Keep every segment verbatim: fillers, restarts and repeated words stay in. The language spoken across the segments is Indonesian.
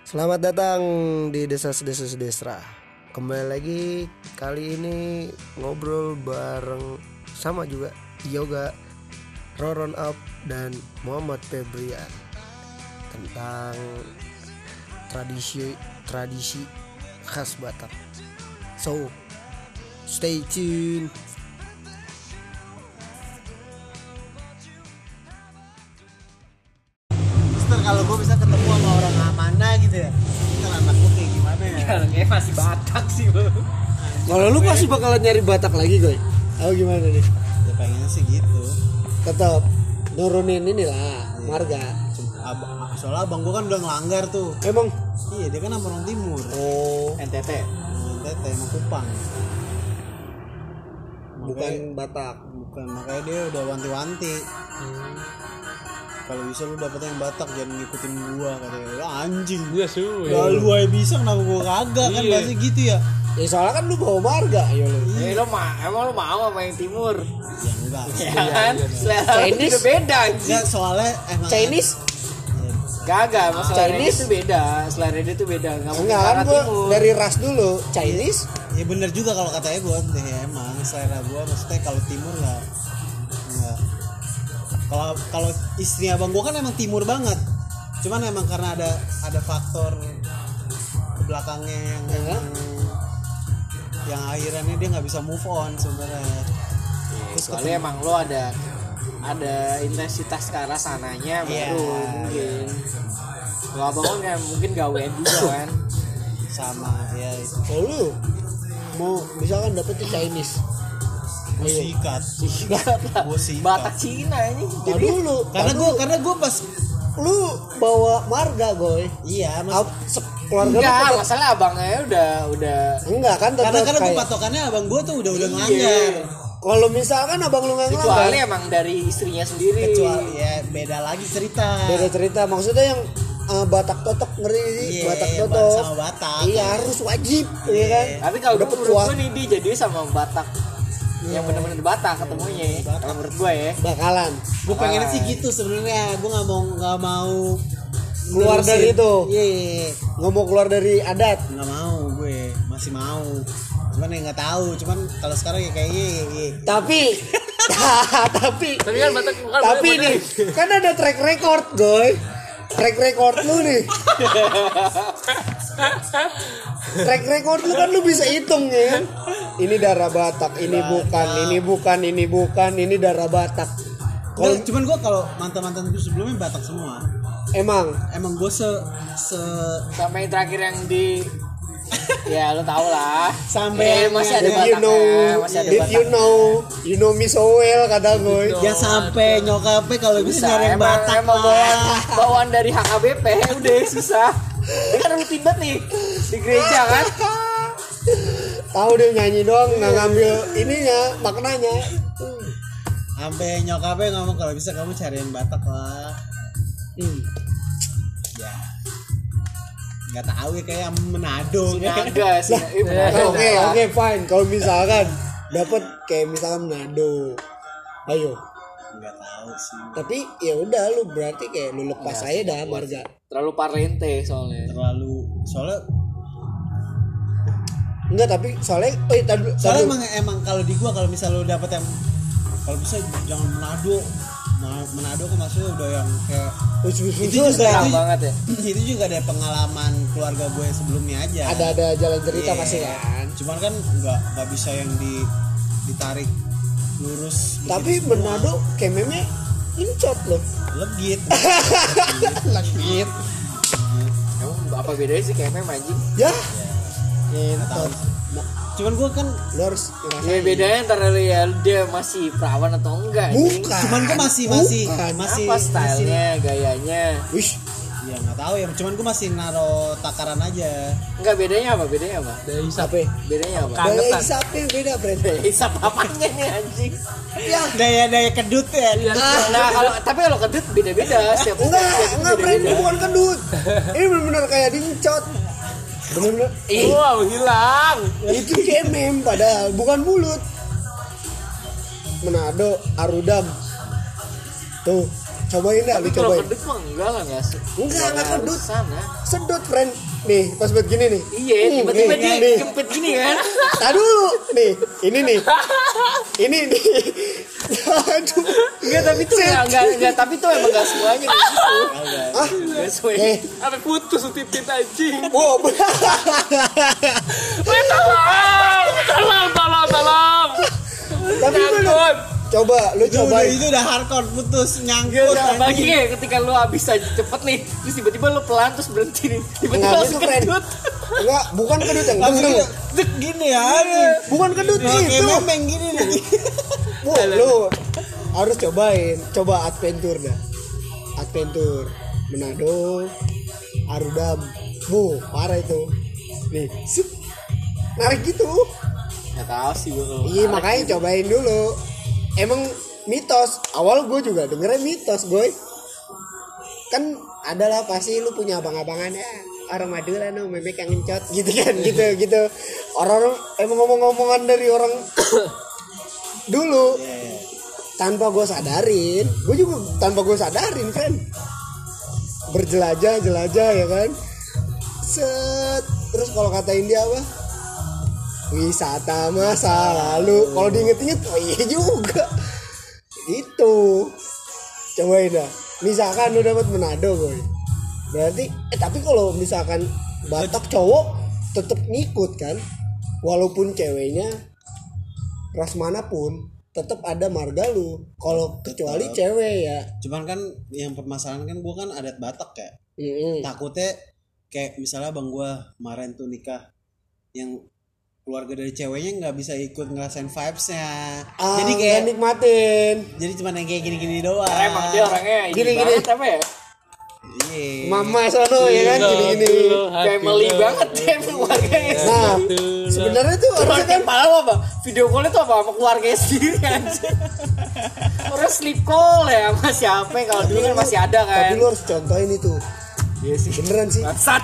Selamat datang di Desas-Desas Desra. Kembali lagi, kali ini ngobrol bareng sama juga Yoga, Roron Up dan Muhammad Febrian tentang tradisi tradisi khas Batak. So, stay tuned. Mister, kalau gue bisa ketemu sama orang mana gitu ya, Mister anak gue kayak gimana ya? Kayaknya masih Batak sih bro. Kalau lu pasti bakalan nyari Batak lagi, Goy. Oh gimana nih? Ya pengennya sih gitu. Tetap nurunin inilah marga. Abang, soalnya abang gue kan udah ngelanggar tuh. Emang? Iya, dia kan orang timur. Oh, N T T. N T T emang Kupang. bukan Makanya- Batak. bukan, makanya dia udah wanti-wanti. Kalau bisa lu dapet yang Batak, jangan ngikutin gua katanya. Lah, anjing. Iya su. Kalau lu aja bisa, kenapa gua kagak? Kan Iya. pasti gitu ya. Ya soalnya kan lu bawa marga, ayo lu. Eh lo mah emang lo mau sama yang timur? Ya enggak. Ya kan? Selera lu Chinese. juga beda anjing. Enggak, soalnya emang Chinese? Ya, Kagak, masalah Chinese? Chinese itu beda. Selera dia tuh beda. Enggak mungkin Enggak kan karena gua timur. dari ras dulu. Chinese? ya bener juga kalau katanya gua ya, emang selera gua maksudnya kalau timur enggak enggak. Kalau kalau istri abang gua kan emang timur banget. Cuman emang karena ada ada faktor ke belakangnya yang Ya. emang yang akhirnya dia nggak bisa move on sebenarnya. Terus Soalnya ketemu- emang lo ada ada intensitas ke arah sananya Iya. baru mungkin. Kalau abang kan nggak- mungkin gawean juga kan. sama ya itu. Kalau lu mau misalkan dapetnya Chinese. Gua Ayo. sikat. Sikat lah. Gua sikat. Batak Cina ini. Tar Jadi dulu. Karena tar gua dulu. karena gua pas lu bawa marga, Goy. iya mas. Ap- se- keluarga lu enggak, tetap- masalah abangnya udah udah enggak kan tetap Karena karena gua kayak- patokannya abang gua tuh udah udah Iya. ngelanggar. Kalau misalkan abang lu nggak kecuali ngelanggar, emang dari istrinya sendiri. Kecuali ya beda lagi cerita. beda cerita. Maksudnya yang uh, Batak totok, ngeri sih? Iya, Batak yang totok. sama Batak. Iya, harus wajib, iya kan? Tapi kalau Udah gue menurut kuat. gue nih dia jadi sama Batak yang benar-benar Batak ketemunya. Kalau menurut gue ya. Bakalan Gue pengennya Ah. sih gitu sebenarnya. Gue nggak mau nggak mau keluar nerusin. dari itu. Iya, iya, iya. Nggak mau keluar dari adat. Nggak mau gue, masih mau. Cuman ya nggak tahu. Cuman kalau sekarang ya kayaknya iya, iya. Tapi tapi Tapi kan Batak bukan tapi nih kan ada track record, Goy. Track record lu nih. Track record lu kan lu bisa hitung ya kan? Ini darah Batak, ini bukan, ini bukan, ini bukan, ini darah Batak. Kalau Nggak, cuman gue kalau mantan-mantan gue sebelumnya Batak semua. emang Emang gue se se sama yang terakhir yang di ya lo tau lah. Sampai Eh, masih ada did you Bataknya, know, masih ada did you Batak. know, you know me so well kata Goy. ya sampai nyokapnya kalau bisa nyari yang emang, Batak emang bawaan, lah. bawaan dari H K B P udah susah. Dia kan rutin banget nih di gereja kan. Tahu dia nyanyi doang, nggak ngambil ininya, maknanya. Sampai nyokapnya ngomong kalau bisa kamu cari yang Batak lah. Hmm. Ya nggak tahu ya kayak yang Manado Naga sih. Eh, Manado. Oke oke fine. Kalau misalkan dapat kayak misalkan Manado, ayo. nggak tahu sih, Tapi ya udah lu berarti kayak lu lepas aja dah marga. Terlalu parlente soalnya. terlalu soalnya Enggak tapi soalnya, oh iya, tadi soalnya tadi- emang emang kalau di gua kalau misal lu dapet yang kalau bisa jangan Manado. Ma- Manado kan maksudnya udah yang kayak Us- us- itu us- juga Terang itu, banget ya. itu juga ada pengalaman keluarga gue sebelumnya aja. ada ada jalan cerita Iya. pasti kan. Cuman kan nggak nggak bisa yang di ditarik lurus. Tapi begitu semua. Manado kememnya incot loh. legit. Legit. Emang apa bedanya sih kayak memang anjing? Ya. Nggak tahu. Incot. Cuman gue kan Lu harus Ya ngerasain. bedanya antara lu ya dia masih perawan atau enggak anjing. Bukan. cuman gue masih masih Bukan. masih Apa stylenya, gayanya? Wish. ya nggak tahu ya. Cuman gue masih naro takaran aja. Enggak bedanya apa? Bedanya apa? Apa? Bedanya apa? Daya isapnya beda, Fred. Hisap apanya nih anjing? Ya. Daya-daya kedut ya. Nah, kalau tapi kalau kedut beda-beda setiap Enggak, setiap itu enggak Fred, ini beda-beda. bukan kendut. Ini benar-benar kayak dincot. Benar-benar. Ih, wow, hilang. Itu kemem padahal bukan mulut. Manado, Arudam. Tuh, Cobain dah, lu Tapi kalau cobain. kedut mah enggak lah enggak sih. Enggak, enggak harus kedut. sana. Sedot, friend. Nih, pas buat gini nih. Iya, Hmm, tiba-tiba nih, dia nih. kempit gini kan. Tadi dulu, nih, ini nih, ini nih, aduh, Enggak, tapi tuh enggak enggak enggak tapi tuh emang enggak semuanya kayak gitu. ah, Enggak semuanya. eh, Sampai putus titit anjing. wow, Weh tolong, tolong, tolong, tolong. tapi lu Nyangkut. coba, lu Itu coba, udah, itu udah hardcore putus nyangkut. Enggak, bagi anjing. kayak ketika lu habis aja cepet nih, terus tiba-tiba lu pelan terus berhenti nih. Tiba-tiba Enggak, langsung itu keren. kedut. enggak, bukan kedut yang Langsung deng, gitu, dek gini ya anjing. bukan kedut Kayak itu, memeng gini nih. Wah, lu harus cobain, coba adventure dah, adventure, Manado, Arudam, bu, parah itu, nih, sip, narik gitu. Enggak tahu sih gua kalau. Iya makanya cobain dulu. Emang mitos. Awal gue juga dengernya mitos, boy. Kan adalah pasti lu punya abang-abangan ya. Orang Madura no memek yang ngencot gitu kan, gitu gitu. Orang-orang emang ngomong-ngomongan dari orang dulu. Tanpa gue sadarin, gue juga tanpa gue sadarin kan. Berjelajah, jelajah ya kan. Set. Terus kalau katain dia apa? Wisata masa lalu. Kalau diinget-inget, oh iya juga. Itu. Cobain dah. Misalkan lu dapat Manado, boy. Berarti, eh tapi kalau misalkan Batak cowok tetap ngikut kan. Walaupun ceweknya ras manapun, tetap ada marga lu. Kalau kecuali cewek ya. Cuman kan yang permasalahan kan gue kan adat Batak ya. Mm-mm. Takutnya kayak misalnya bang gue kemarin tuh nikah yang keluarga dari ceweknya nggak bisa ikut ngerasain vibesnya. Ah, Jadi kayak nggak nikmatin. jadi cuma yang kayak gini-gini doang. Karena emang dia orangnya ini Gini, gini. banget apa ya? Iya. Mama sono ya kan gini-gini. Family banget dia emang keluarganya. Nah, sebenarnya tuh Orang harusnya kan kan malam apa? Video call itu apa sama keluarganya sendiri aja. Orang sleep call ya sama siapa kalau dulu kan masih ada kan. tapi lu harus contohin itu. Iya sih. Beneran sih. Bangsat.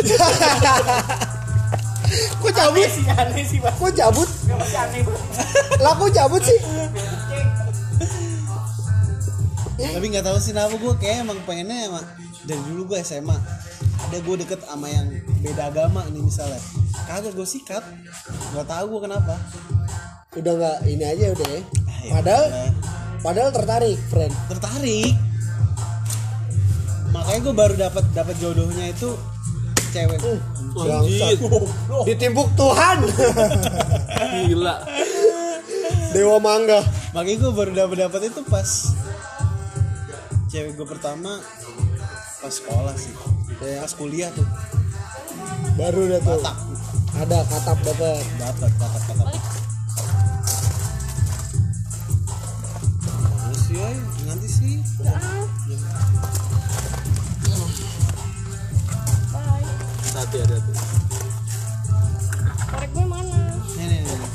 Kok cabut? Aneh sih, aneh sih, Bang. Kok cabut? Gak masih aneh banget. Lah kok cabut sih? Tapi nggak tahu sih kenapa gue kayak emang pengennya emang dari dulu gue S M A ada gue deket sama yang beda agama nih misalnya kagak gue sikat nggak tahu gue kenapa. Udah nggak ini aja udah ya. ya Padahal udah. padahal tertarik, friend. Tertarik makanya gue baru dapat dapat jodohnya itu cewek. Bangsat. Ditimbuk Tuhan. Gila. Dewa mangga. Makanya gue baru dapat dapat itu pas cewek gue pertama pas sekolah sih. Ya, Pas kuliah tuh baru dah tuh. Batak Ada katap dapat. dapat dapat dapat. Mana sih ay? Nanti sih. Hati ada tuh. Korek gue mana? Nih nih nih.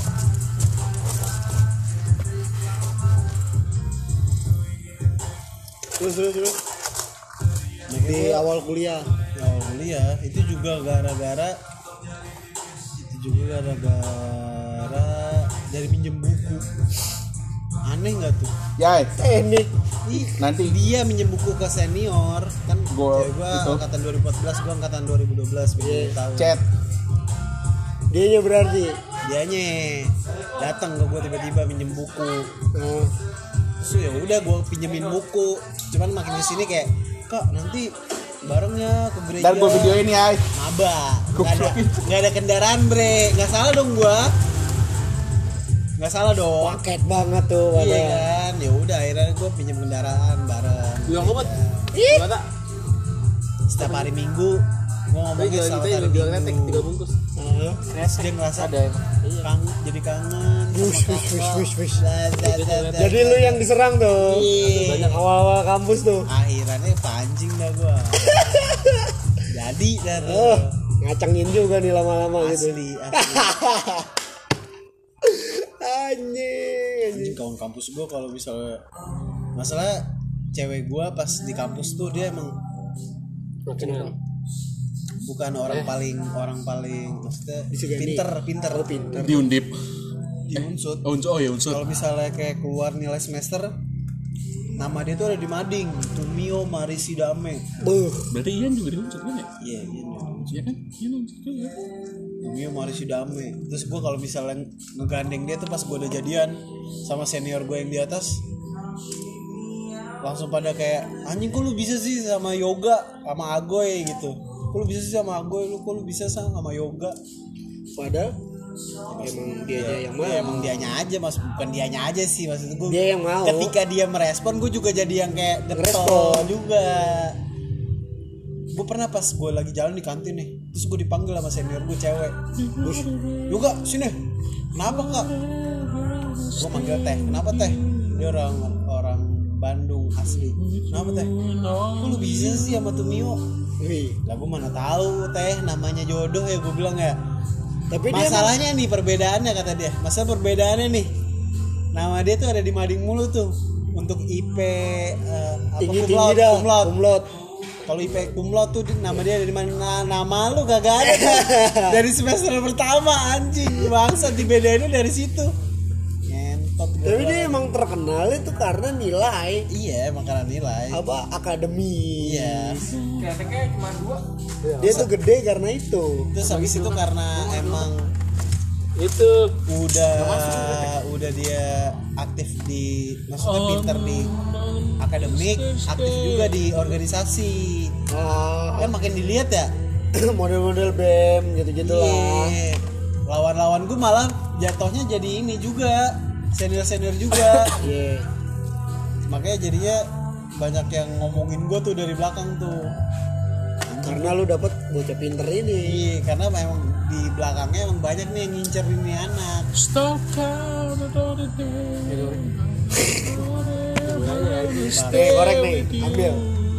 Terus terus terus. Makanya Di gua- awal kuliah. di awal kuliah itu juga gara-gara itu juga gara-gara dari minjem buku. Aneh nggak tuh? Ya, Teknik. Ih, Nanti. dia minjem buku ke senior kan Gua- cewek gua itu. angkatan dua ribu empat belas gua angkatan dua ribu dua belas beda Iya. dua tahun. chat. Dianya berarti. Dianya datang ke gua tiba-tiba minjem buku. Nah, So ya udah gua pinjemin buku. Cuman makin di sini kayak kak nanti barengnya ke gereja. Dan gua videoin ya. Maba, nggak ada, nggak ada kendaraan bre, nggak salah dong gua, nggak salah dong. paket banget tuh Iya padahal. kan, ya udah akhirnya gua pinjam kendaraan bareng. Yang kok gimana? Setiap hari Minggu gua Tapi ngomongin jual sama kita hari jual netek Minggu. tiga bungkus. Nah, Terus dia ngerasa Ada emang. kang, jadi kangen. sama Wush, wush, wush, kakak. wush, wush. Bla, bla, bla, bla. Jadi lu yang diserang tuh. Iya. Awal-awal kampus tuh. Akhirnya pancing dah gua. Jadi dah tuh. Oh, ngacangin juga nih lama-lama gitu. Asli, asli. Anjing, anjing. Anjing kawan kampus gue kalau misalnya masalah cewek gue pas di kampus tuh dia emang bukan orang paling orang paling maksudnya Disegani. pinter pinter Oh, pinter. Di Undip. di unsut. Oh, unsur, oh ya unsur. Kalau misalnya kayak keluar nilai semester nama dia tuh ada di mading, Tumio Marisidame. Buh. Berarti Ian juga diuncet kan ya? Iya, iya. Iya kan? Ian uncet juga. Tumio Marisidame. Terus gue kalau misalnya ngegandeng dia tuh pas gue udah jadian sama senior gue yang di atas, langsung pada kayak anjing kok lu bisa sih sama Yoga sama Agoy gitu. Kok lu bisa sih sama Agoy, lu kok lu bisa sama Yoga. Padahal emang dia aja yang mau. Ya, emang dianya aja mas, bukan dianya aja sih maksud gue. Dia yang mau. Ketika dia merespon, gue juga jadi yang kayak getol Ngerespon. juga. Gue pernah pas gue lagi jalan di kantin nih, terus gue dipanggil sama senior gue cewek. Terus, Yoga sini. Kenapa kak? Gue manggil Teh. Kenapa Teh? Dia orang orang Bandung asli. Kenapa Teh? Kok lu bisa sih sama Tumio? Wih. Lah gue mana tahu Teh, namanya jodoh ya gue bilang ya. Tapi dia Masalahnya nih perbedaannya kata dia. Masalah perbedaannya nih. Nama dia tuh ada di mading mulu tuh. Untuk I P uh, apa tinggi-tinggi dah. kumlaut. Kumlaut. Kalau I P kumlaut tuh nama dia ada di mana? Nah, nama lu kagak ada tuh. Dari semester pertama anjing. Bangsa dibedainnya dari situ. Ngentot. Tapi dia emang terkenal itu karena nilai Iya, emang karena nilai. apa akademi. Iya. Kreateknya cuma dua. Dia tuh gede karena itu. Terus habis itu karena emang Itu udah udah dia aktif di maksudnya pinter di akademik, aktif juga di organisasi. Ah, Kan makin dilihat ya. model-model B E M gitu-gitu lah. Iya. Lawan-lawan gue malah jatuhnya jadi ini juga senior-senior juga. Iya. Makanya jadinya banyak yang ngomongin gue tuh dari belakang tuh. Karena lu dapet bocah pinter ini. Iya, karena memang di belakangnya emang banyak nih yang ngincer ini anak. Stop count all the day. Oke, korek nih, ambil.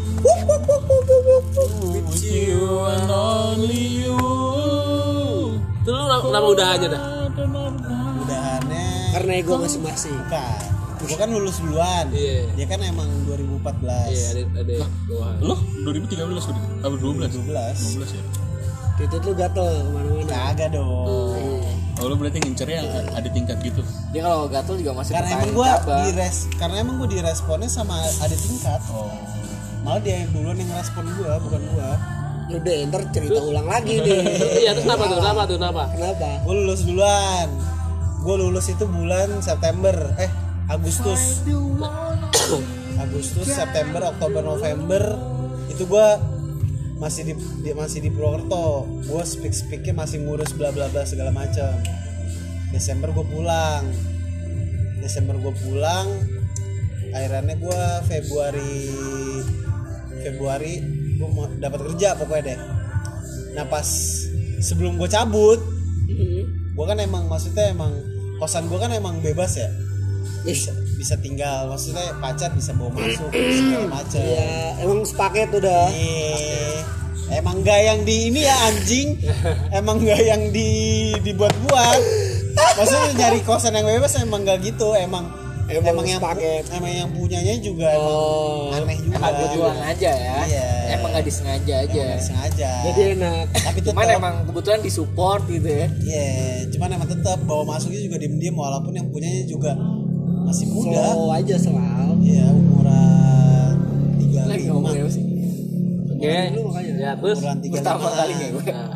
With you and only you. Itu lu kenapa udahannya dah? Udahannya Karena ego masing-masing. bukan. Gue kan lulus duluan. Iya. Dia kan emang dua ribu empat belas. Iya, ada ada doang. Lo dua ribu tiga belas udah? Apa dua belas? dua belas. dua belas ya. Itu tuh gatel kemana-mana. Kagak dong. Oh lo berarti ngincernya ada tingkat gitu. Dia kalau gatel juga masih Karena emang gue di res, karena emang gue diresponnya sama ada tingkat. Oh. Malah dia yang duluan yang ngerespon gue, bukan gue. Udah, ntar cerita ulang lagi deh. Iya, terus kenapa tuh? Kenapa tuh? Kenapa? Kenapa? Gue lulus duluan. Gue lulus itu bulan September, eh Agustus. Agustus, September, Oktober, November itu gue masih di, di masih di Purwokerto. Gue speak speaknya masih ngurus bla bla bla segala macam. Desember gue pulang. Desember gue pulang. Akhirnya gue Februari Februari gue mau dapat kerja pokoknya deh. Nah pas sebelum gue cabut, gue kan emang maksudnya emang kosan gue kan emang bebas ya. Bisa, bisa tinggal, maksudnya pacar bisa bawa masuk segala macam. Ya, emang sepaket udah. Iya. Emang gak yang di ini ya anjing. Emang gak yang di dibuat-buat. Maksudnya nyari kosan yang bebas emang gak gitu. Emang Emang emang, yang sepaket. emang yang punyanya juga Oh. emang aneh juga. Emang kebetulan aja ya. Iya. Emang nggak disengaja aja. Emang nggak disengaja. Jadi enak. Tapi Cuman tetap, emang kebetulan disupport gitu ya. Iya, cuman emang tetap bawa masuknya juga diem-diem walaupun yang punyanya juga masih muda. Slow aja selalu. Iya, umuran tiga Lagi puluh ngomong lima. apa sih? Oke. Lu makanya. Ya terus Umuran tiga puluh lima. pertama kali kayak gue. Nah.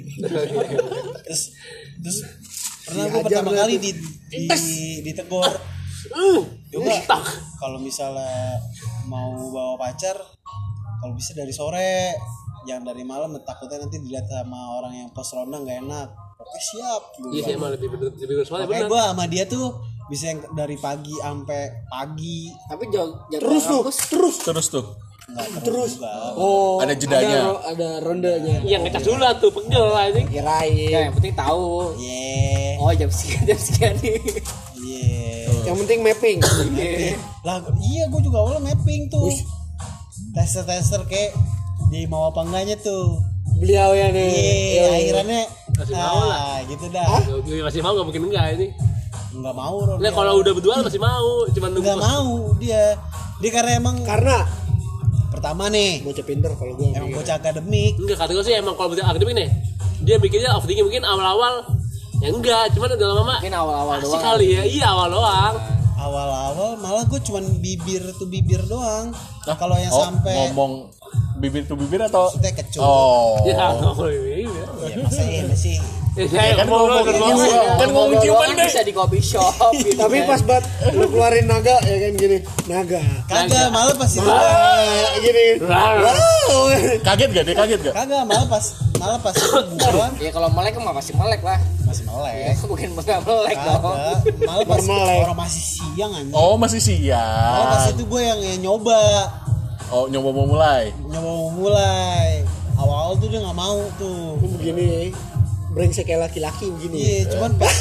Terus terus pernah gue Diajar pertama dah kali tuh. di, di ditegur. Uh, Juga kalau misalnya mau bawa pacar kalau bisa dari sore, jangan dari malam, takutnya nanti dilihat sama orang yang pos ronda nggak enak. Oke siap. Iya sih emang lebih bener lebih bener soalnya Makanya bener. gue sama dia tuh bisa yang dari pagi sampai pagi. Tapi jauh jauh Terus tuh, terus. Terus tuh. Nggak Terus. juga. Oh, Ada jedanya. Ada, ada rondanya. Yang ngecas dulu lah tuh pegel anjing. Ya, Kirain. yang penting tahu. Yeah. Oh jam sekian jam sekian nih. Yeah. Yang penting mapping. Lah iya gue juga awalnya mapping tuh. Tester-tester kayak di mau apa enggaknya tuh. Beliau ya nih. Iya, Yoi. akhirannya Masih mau lah. ah, gitu dah. Dia masih mau nggak mungkin enggak ini. Enggak mau Ron. Nah kalau udah berdua masih mau, cuman nunggu. enggak mau dia. Dia karena emang Karena pertama nih, bocah pinter kalau gue. emang bocah akademik. Enggak kata gue sih emang kalau betul akademik nih. Dia bikinnya overthinking mungkin awal-awal ya enggak, cuman udah lama-lama Mungkin awal-awal asik doang. kali ya. Iya awal doang. awal-awal malah gue cuman bibir tuh bibir doang. Nah, kalau yang Oh, sampai ngomong bibir tuh bibir atau maksudnya kecut. oh Ya, oh, iya. Ya masa ini sih. Ya, kan ngomong kan ngomong ngomong. kan ngomong ciuman Kan deh. bisa di coffee shop gitu. Tapi kan. pas bat lu keluarin naga ya kan gini, naga. Kagak, malah pas itu. Ah, gini. Wow. Kaget gak dia kaget gak? Kagak, malah pas malah pas itu gua Ya kalau melek mah pasti melek lah. masih melek. Bukan enggak melek dong. Kagak, malah pas Melek. orang masih siang anjing. Oh masih Malah pas siang. itu gue yang, yang nyoba, Oh nyoba mau mulai. nyoba mau mulai. Awal-awal tuh dia nggak mau tuh. Begini. Brengsek kayak laki-laki begini. Iya, cuman pas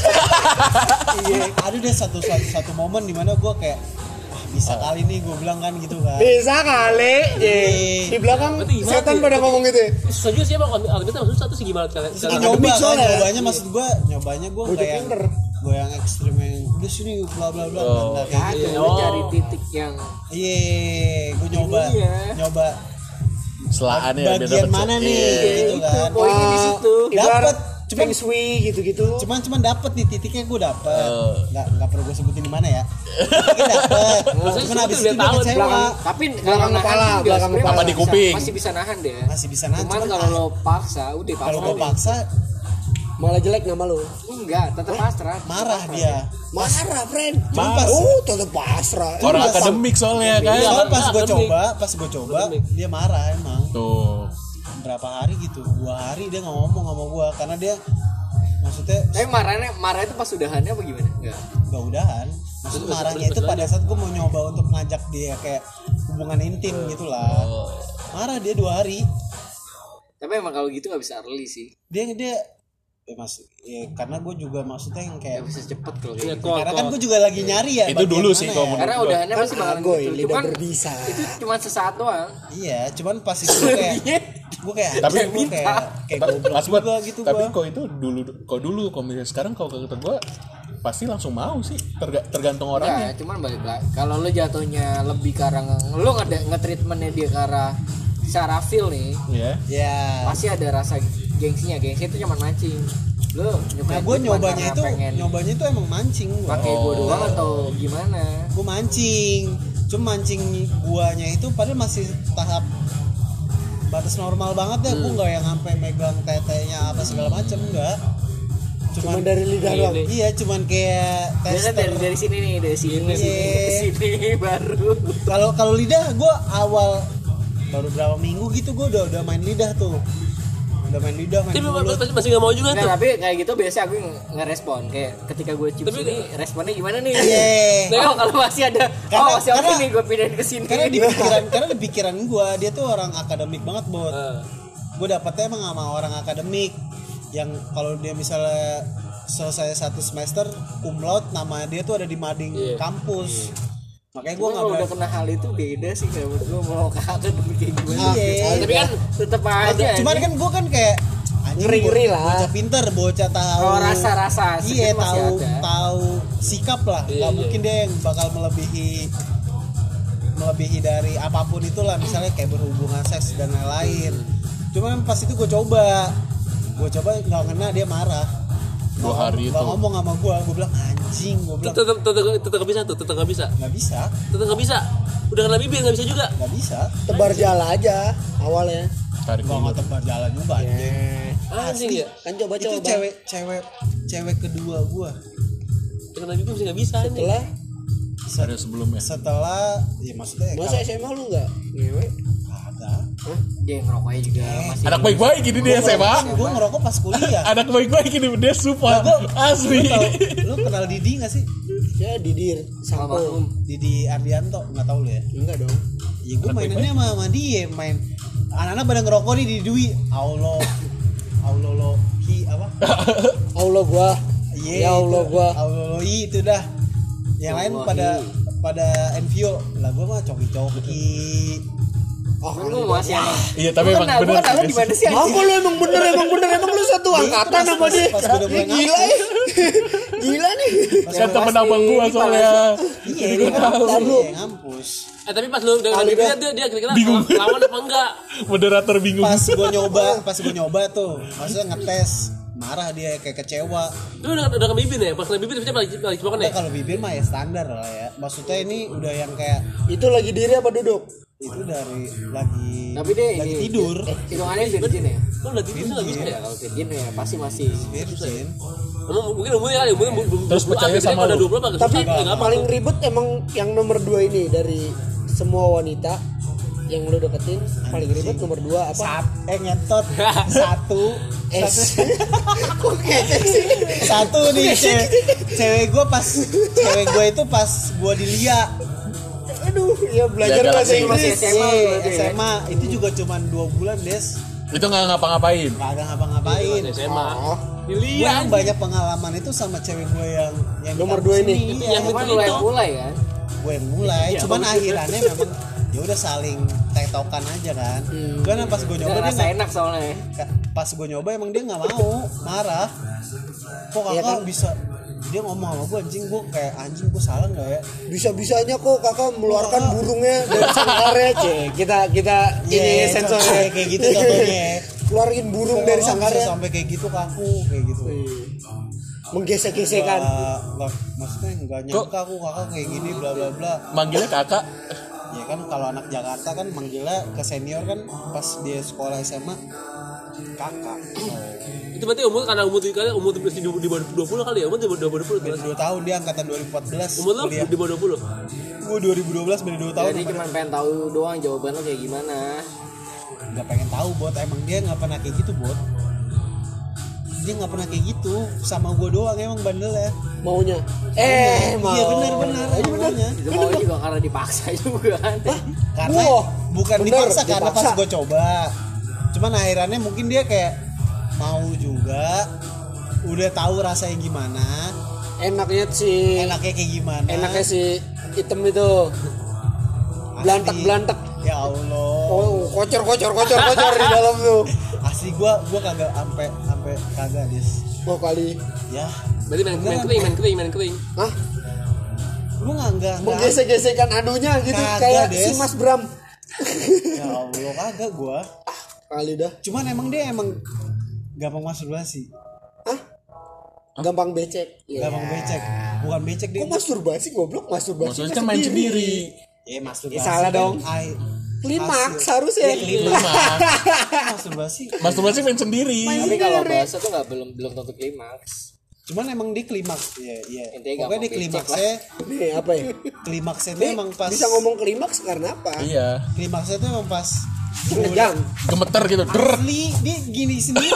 iya, ada deh satu satu, satu momen dimana gue kayak ah bisa kali nih gue bilang kan gitu kan. Bisa kali. Ye. Di belakang Berarti gimana setan ya? pada ngomong gitu. ya. Susah juga sih emang algoritma maksudnya satu sih gimana cara Terus cara- gue nyoba kan, soalnya. nyobanya maksud gue nyobanya gue Bocah kayak yang pinter. gue yang ekstrim yang udah sini bla bla bla Oh. nah, kayak Kagak, gitu. lu cari titik yang Iya, gue nyoba Iya. nyoba Selaannya ya, biar bagian dapet mana se- nih Iya. gitu kan. poinnya di situ. Dapet, cuman Feng Shui gitu-gitu. cuman cuman dapet nih titiknya gue dapet Oh. nggak nggak perlu gue sebutin di mana ya titiknya dapet Maksudnya cuman itu abis udah itu gue tahu, kecewa belakang. Tapi Belakang kalau nahan kepala, juga belakang sebenarnya kepala. masih Di kuping. bisa- masih bisa nahan deh. masih bisa nahan Cuman cuman kalau lo paksa udah kalau pasrah gue deh. paksa Malah jelek nama lu. Enggak, tetap pasrah. marah dia Marah, friend. Cuman pas Oh, tetap pasrah. Orang Pas- akademik soalnya kan. Iya. soalnya pas gue akademik. coba pas gue coba Akademik. dia marah emang Tuh. berapa hari gitu dua hari dia nggak ngomong sama gue karena dia maksudnya Tapi marahnya marah itu pas udahannya apa gimana? Enggak. gak udahan maksud Terus- marahnya terus- itu terus pada saat gue mau nyoba untuk ngajak dia kayak hubungan intim gitulah Oh. marah dia dua hari Tapi emang kalau gitu nggak bisa early sih. dia dia ya mas ya karena gue juga maksudnya yang Nggak kayak bisa cepet kalau Iya, kayak gitu. kok- karena kan kok- gue juga lagi nyari ya Itu bagian dulu mana sih ya. kalau menurut Karena gua. udahannya Kan pasti bakalan agoy, gitu. lidah Cuman berbisa. itu cuma sesaat doang. iya cuman pas itu gue kayak gue kayak Tapi- gue kayak kayak goblok Mas buat juga gitu tapi gue kok itu dulu kok dulu kalau misalnya sekarang kalau kata gua pasti langsung mau sih Terga- tergantung Enggak, orangnya. cuman balik lagi. Kalau lo jatuhnya lebih ke arah nge- lo nge- nge-treatmentnya dia ke arah secara feel nih, Ya. ya pasti ada rasa gengsinya. Gengsi itu cuma mancing. Lo nah gue nyobanya itu nyobanya itu emang mancing gue pakai gua Oh. doang atau gimana? gue mancing cuma mancing guanya itu padahal masih tahap batas normal banget ya gue nggak yang sampai megang tetenya apa segala macem enggak Cuma cuman dari lidah Iya, doang. nih. iya cuman kayak Biasa tester dari dari sini nih, dari sini Iya. dari sini baru. kalau kalau lidah gue awal baru berapa minggu gitu gue udah udah main lidah tuh udah main lidah main Tapi mulut masih masih nggak mau juga Nah, tuh. tapi kayak gitu biasa aku nge- ngerespon kayak ketika gue cium Tapi- sini responnya gimana nih? Iya. Oh, kalau masih ada Karena- oh masih oke karena- nih gue pindahin ke sini. karena di pikiran karena di pikiran gue dia tuh orang akademik banget bot Eh, gue dapetnya emang sama orang akademik yang kalau dia misalnya selesai satu semester cum laude nama dia tuh ada di mading Iya. kampus makanya gue Gue nggak kalau udah berani kena hal itu beda sih kayak menurut gue mau kakak demi kayak gimana. Iya. Tapi kan tetep aja. cuman anjing. kan gue kan kayak anjing, Ngeri-ngeri bo- lah. bocah pinter bocah tahu Oh, rasa-rasa iya sedikit masih tahu ada. tahu sikap lah Iya, nggak iya. mungkin dia yang bakal melebihi melebihi dari apapun itulah misalnya kayak berhubungan seks dan lain-lain cuman pas itu gue coba gue coba nggak ngena dia marah Dua Nggak- hari nggak itu. ngomong sama gue gue bilang anjing gue bilang tetep tetep tetep nggak bisa tuh, tetep nggak bisa, nggak bisa tetep nggak bisa. Udah kena bibir nggak bisa juga. nggak bisa Tebar jala aja awalnya. Tarik gue mulut. nggak tebar jalan juga anjing Anjing ya. Kan itu coba-coba. cewek cewek cewek kedua gue Kena bibir masih nggak bisa nih. Setelah Ada sebelumnya. setelah ya maksudnya masa S M A lu enggak ngewe? ada Dia ngerokoknya juga masih. Anak baik-baik ini dia S M A. gue ngerokok pas kuliah Anak baik-baik ini dia support. Asli. Lu tahu, lu kenal Didi gak sih? Ya Didir Sampo. Almarhum. Didi Ardianto, nggak tahu lu ya? Enggak dong. Ya gue mainannya sama, sama dia, main anak-anak pada ngerokok nih di Dwi. Allah, Allah lo, hi apa? Allah gua. Iya, Ya Allah itu. gua. Allah lo, hi itu dah. Yang lain Allah, pada hi. pada Envio, lah gue mah coki-coki. Oh, Cuman gue masih emang. Iya tapi Gua emang kenal, gua bener. kenal lu di mana sih? anjing? Apa lu emang bener emang bener emang lu satu angkatan pas- sama dia. pas gua udah mulai Ih, Gila ya. Gila nih. Kan temen abang gua soalnya. Iya, dia ngampus, dia ngampus. Eh tapi pas lu udah kena Kali bibir dah. dia dia kira-kira Bingung. lawan apa enggak? Moderator bingung. Pas gue nyoba, pas gue nyoba tuh, maksudnya ngetes marah dia kayak kecewa. Itu udah udah ke bibir ya, pas ke bibir biasanya balik balik makan Nah, ya. kalau bibir mah ya standar lah ya. Maksudnya ini udah yang kayak Itu lagi diri apa duduk? itu dari lagi Tapi deh lagi ini- tidur. Hitungannya virgin ya. Lo udah tidur nggak bisa ya? Ya kalau virgin ya pasti masih Virgin. Emang mungkin umurnya kali, umurnya belum Terus percaya sama udah lu. dua puluh apa? Tapi nggak paling ribet emang yang nomor dua ini dari semua wanita yang lu deketin paling ribet nomor dua apa? Sat, eh ngetot satu S. Kok kecek sih? satu nih cewek, cewek gue pas cewek gue itu pas gue di Lia Aduh, ya belajar Jaga bahasa lagi. Inggris. Masih S M A Iya, berarti ya? S M A itu juga cuman dua bulan des Itu nggak ngapa-ngapain. nggak ada ngapa-ngapain. S M A. Oh, Gue yang banyak pengalaman itu sama cewek gue yang yang di Nomor kampus dua ini. Iya, Yang Cuman itu- lu yang itu. mulai kan. gue yang mulai. Iya, Cuman bagus. akhirannya memang ya udah saling tektokan aja kan. Hmm. Gue pas gue nyoba Udah dia rasa nggak- enak soalnya ya. Ka- pas gue nyoba emang dia nggak mau, marah. Kok kakak Iya kan? bisa? Dia ngomong sama gue anjing, gue kayak anjing gue salah nggak ya? bisa-bisanya kok kakak mengeluarkan Kakak. burungnya dari sangkarnya, Cek. Kita kita ini Iya, sensornya kayak- kayak gitu contohnya. Keluarin burung Kok dari kakak bisa sangkarnya. sampai kayak gitu ke aku kayak gitu. Menggesek-gesekan. Nggak- nggak- maksudnya nggak nyangka aku kakak kayak gini bla bla bla. Manggilnya kakak. Ya kan kalau anak Jakarta kan manggilnya ke senior kan pas dia sekolah S M A kakak. Itu berarti umur karena umur kali umur di di bawah dua puluh kali ya, umur di bawah dua puluh Beda dua tahun dia angkatan dua ribu empat belas. Umur lo kuliah. di bawah dua puluh. Gue dua ribu dua belas beda dua tahun. Jadi cuma pengen tahu doang jawaban lo kayak gimana. Nggak pengen tahu bot, emang dia nggak pernah kayak gitu bot. Dia nggak pernah kayak gitu sama gue doang emang bandel ya. Maunya. Eh, mau. Iya benar benar. Iya benernya. Itu mau juga karena dipaksa juga kan. Karena Wah, bukan bener, dipaksa, karena pas dipaksa. gue coba. Cuman akhirannya mungkin dia kayak mau juga, udah tahu rasanya gimana, Enaknya si enaknya kayak gimana. enaknya si item itu. Belantak-belantak. Ya Allah. Oh, kocor kocor kocor kocor di dalam tuh. Asli gua gua kagak sampai sampai kagak dis. Oh kali. Ya. Berarti main main kering, main kering, main kering. Hah? Gua enggak enggak. enggak. Menggesek-gesekkan anunya gitu Kagak, kayak Des. si Mas Bram. Ya Allah kagak gua. Kali dah. Cuman emang dia emang gampang masturbasi. Hah? Gampang becek. Gampang becek. Bukan becek dia. Kok masturbasi goblok? Masturbasi Maksudnya kan main sendiri. Ya masturbasi. Ya, salah kan dong. ai- Klimaks hasil. harusnya. Ya, klimaks. Klimaks. Masturbasi. Masturbasi main sendiri. Tapi kalau bahasa tuh nggak belum belum tentu klimaks. Cuman emang dia klimaks. Iya, iya. Intinya Pokoknya dia gampang becek klimaksnya, Nih apa ya? klimaksnya itu Nih, emang pas bisa ngomong klimaks karena apa? Iya. klimaksnya itu emang pas Ngejang. Gemeter gitu. Der. Asli, dia gini sendiri.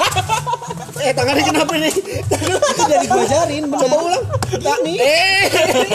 Eh tangannya kenapa nih? Itu dari gua ajarin, bener. Coba ulang. Tak nih. Eh.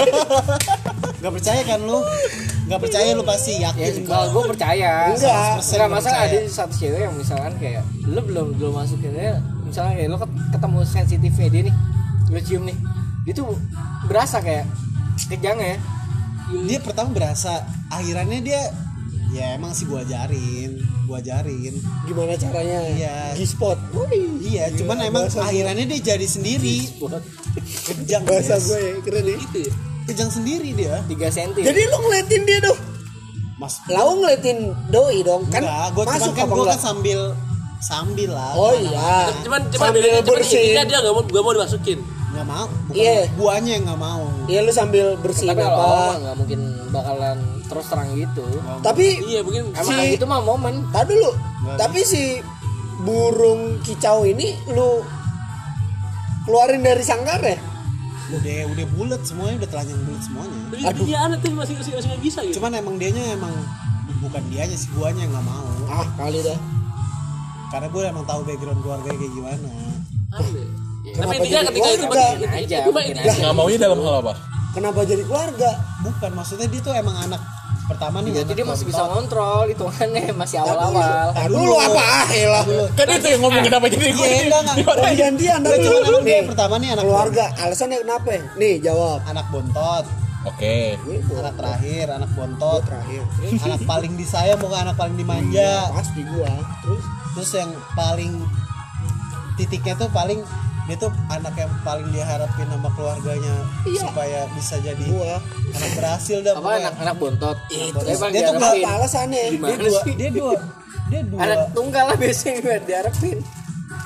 Gak percaya kan lu? Gak percaya lu pasti Ya yakin. kalau gue percaya. Enggak. Enggak masalah percaya. ada satu cewek yang misalkan kayak lu belum belum masuk ke dia, misalnya kayak lu ket- ketemu sensitifnya dia nih, lu cium nih, itu berasa kayak kejangnya ya. Dia pertama berasa, akhirannya dia ya emang sih gua ajarin, gua ajarin. Gimana caranya? Iya. G-spot. Wih. Iya, cuman emang bahasa gua. akhirannya dia jadi sendiri. Kejang Bahasa Des. gue ya, keren nih. Itu ya. Kejang sendiri dia. tiga senti. Jadi lu ngeliatin dia dong. Mas, Lau ngeliatin doi dong kan? enggak, gua cuman masuk kan apa gua enggak? kan sambil sambil lah. Oh kemana-mana. iya. Cuman cuman Sambil bedanya cuman bersihin. intinya dia enggak mau enggak mau dimasukin. Nggak mau. Bukan Iya. guanya yang nggak mau. Iya lu sambil bersihin Tapi kalau apa? awal mah nggak mungkin bakalan terus terang gitu. Tapi Iya, mungkin Emang Si- kayak gitu mah momen. tak dulu. Tapi si burung kicau ini lu keluarin dari sangkar ya? Udah udah bulat semuanya, udah telanjang bulat semuanya. tapi Aduh. dia aneh tuh masih masih masih nggak bisa gitu. Cuman emang dianya emang bukan dianya sih, guanya yang nggak mau. Ah kali dah. Karena gue emang tahu background keluarganya kayak gimana. Aneh. Kenapa Tapi intinya jadi ketika itu keluarga? Mungkin aja, Cuma mungkin ini- aja. Nggak maunya dalam hal apa? Kenapa jadi keluarga? Bukan, maksudnya dia tuh emang anak pertama nih. Jadi anak dia masih bisa keempat. ngontrol hitungannya masih awal-awal. Tak dulu apa ah lah. Kan itu yang ngomong kenapa jadi gue. Iya, enggak, enggak. Oh, gantian Gue dah cuma dulu. emang dia Nih, pertama nih anak keluarga. Alasannya kenapa? Nih jawab. anak bontot, Oke. anak terakhir, anak Gue bontot, terakhir. anak paling disayang bukan anak paling Ya, dimanja. pasti gua. Terus Terus yang paling titiknya tuh paling dia tuh anak yang paling diharapin sama keluarga,nya Iya. supaya bisa jadi gua. anak berhasil dah Apa pokoknya. anak-anak bontot? Itu Dia paling dia tuh diharapin. apa alasannya? Gimana Dia dua, sih? dia dua, dia dua. Anak tunggal lah biasanya gue diharapin.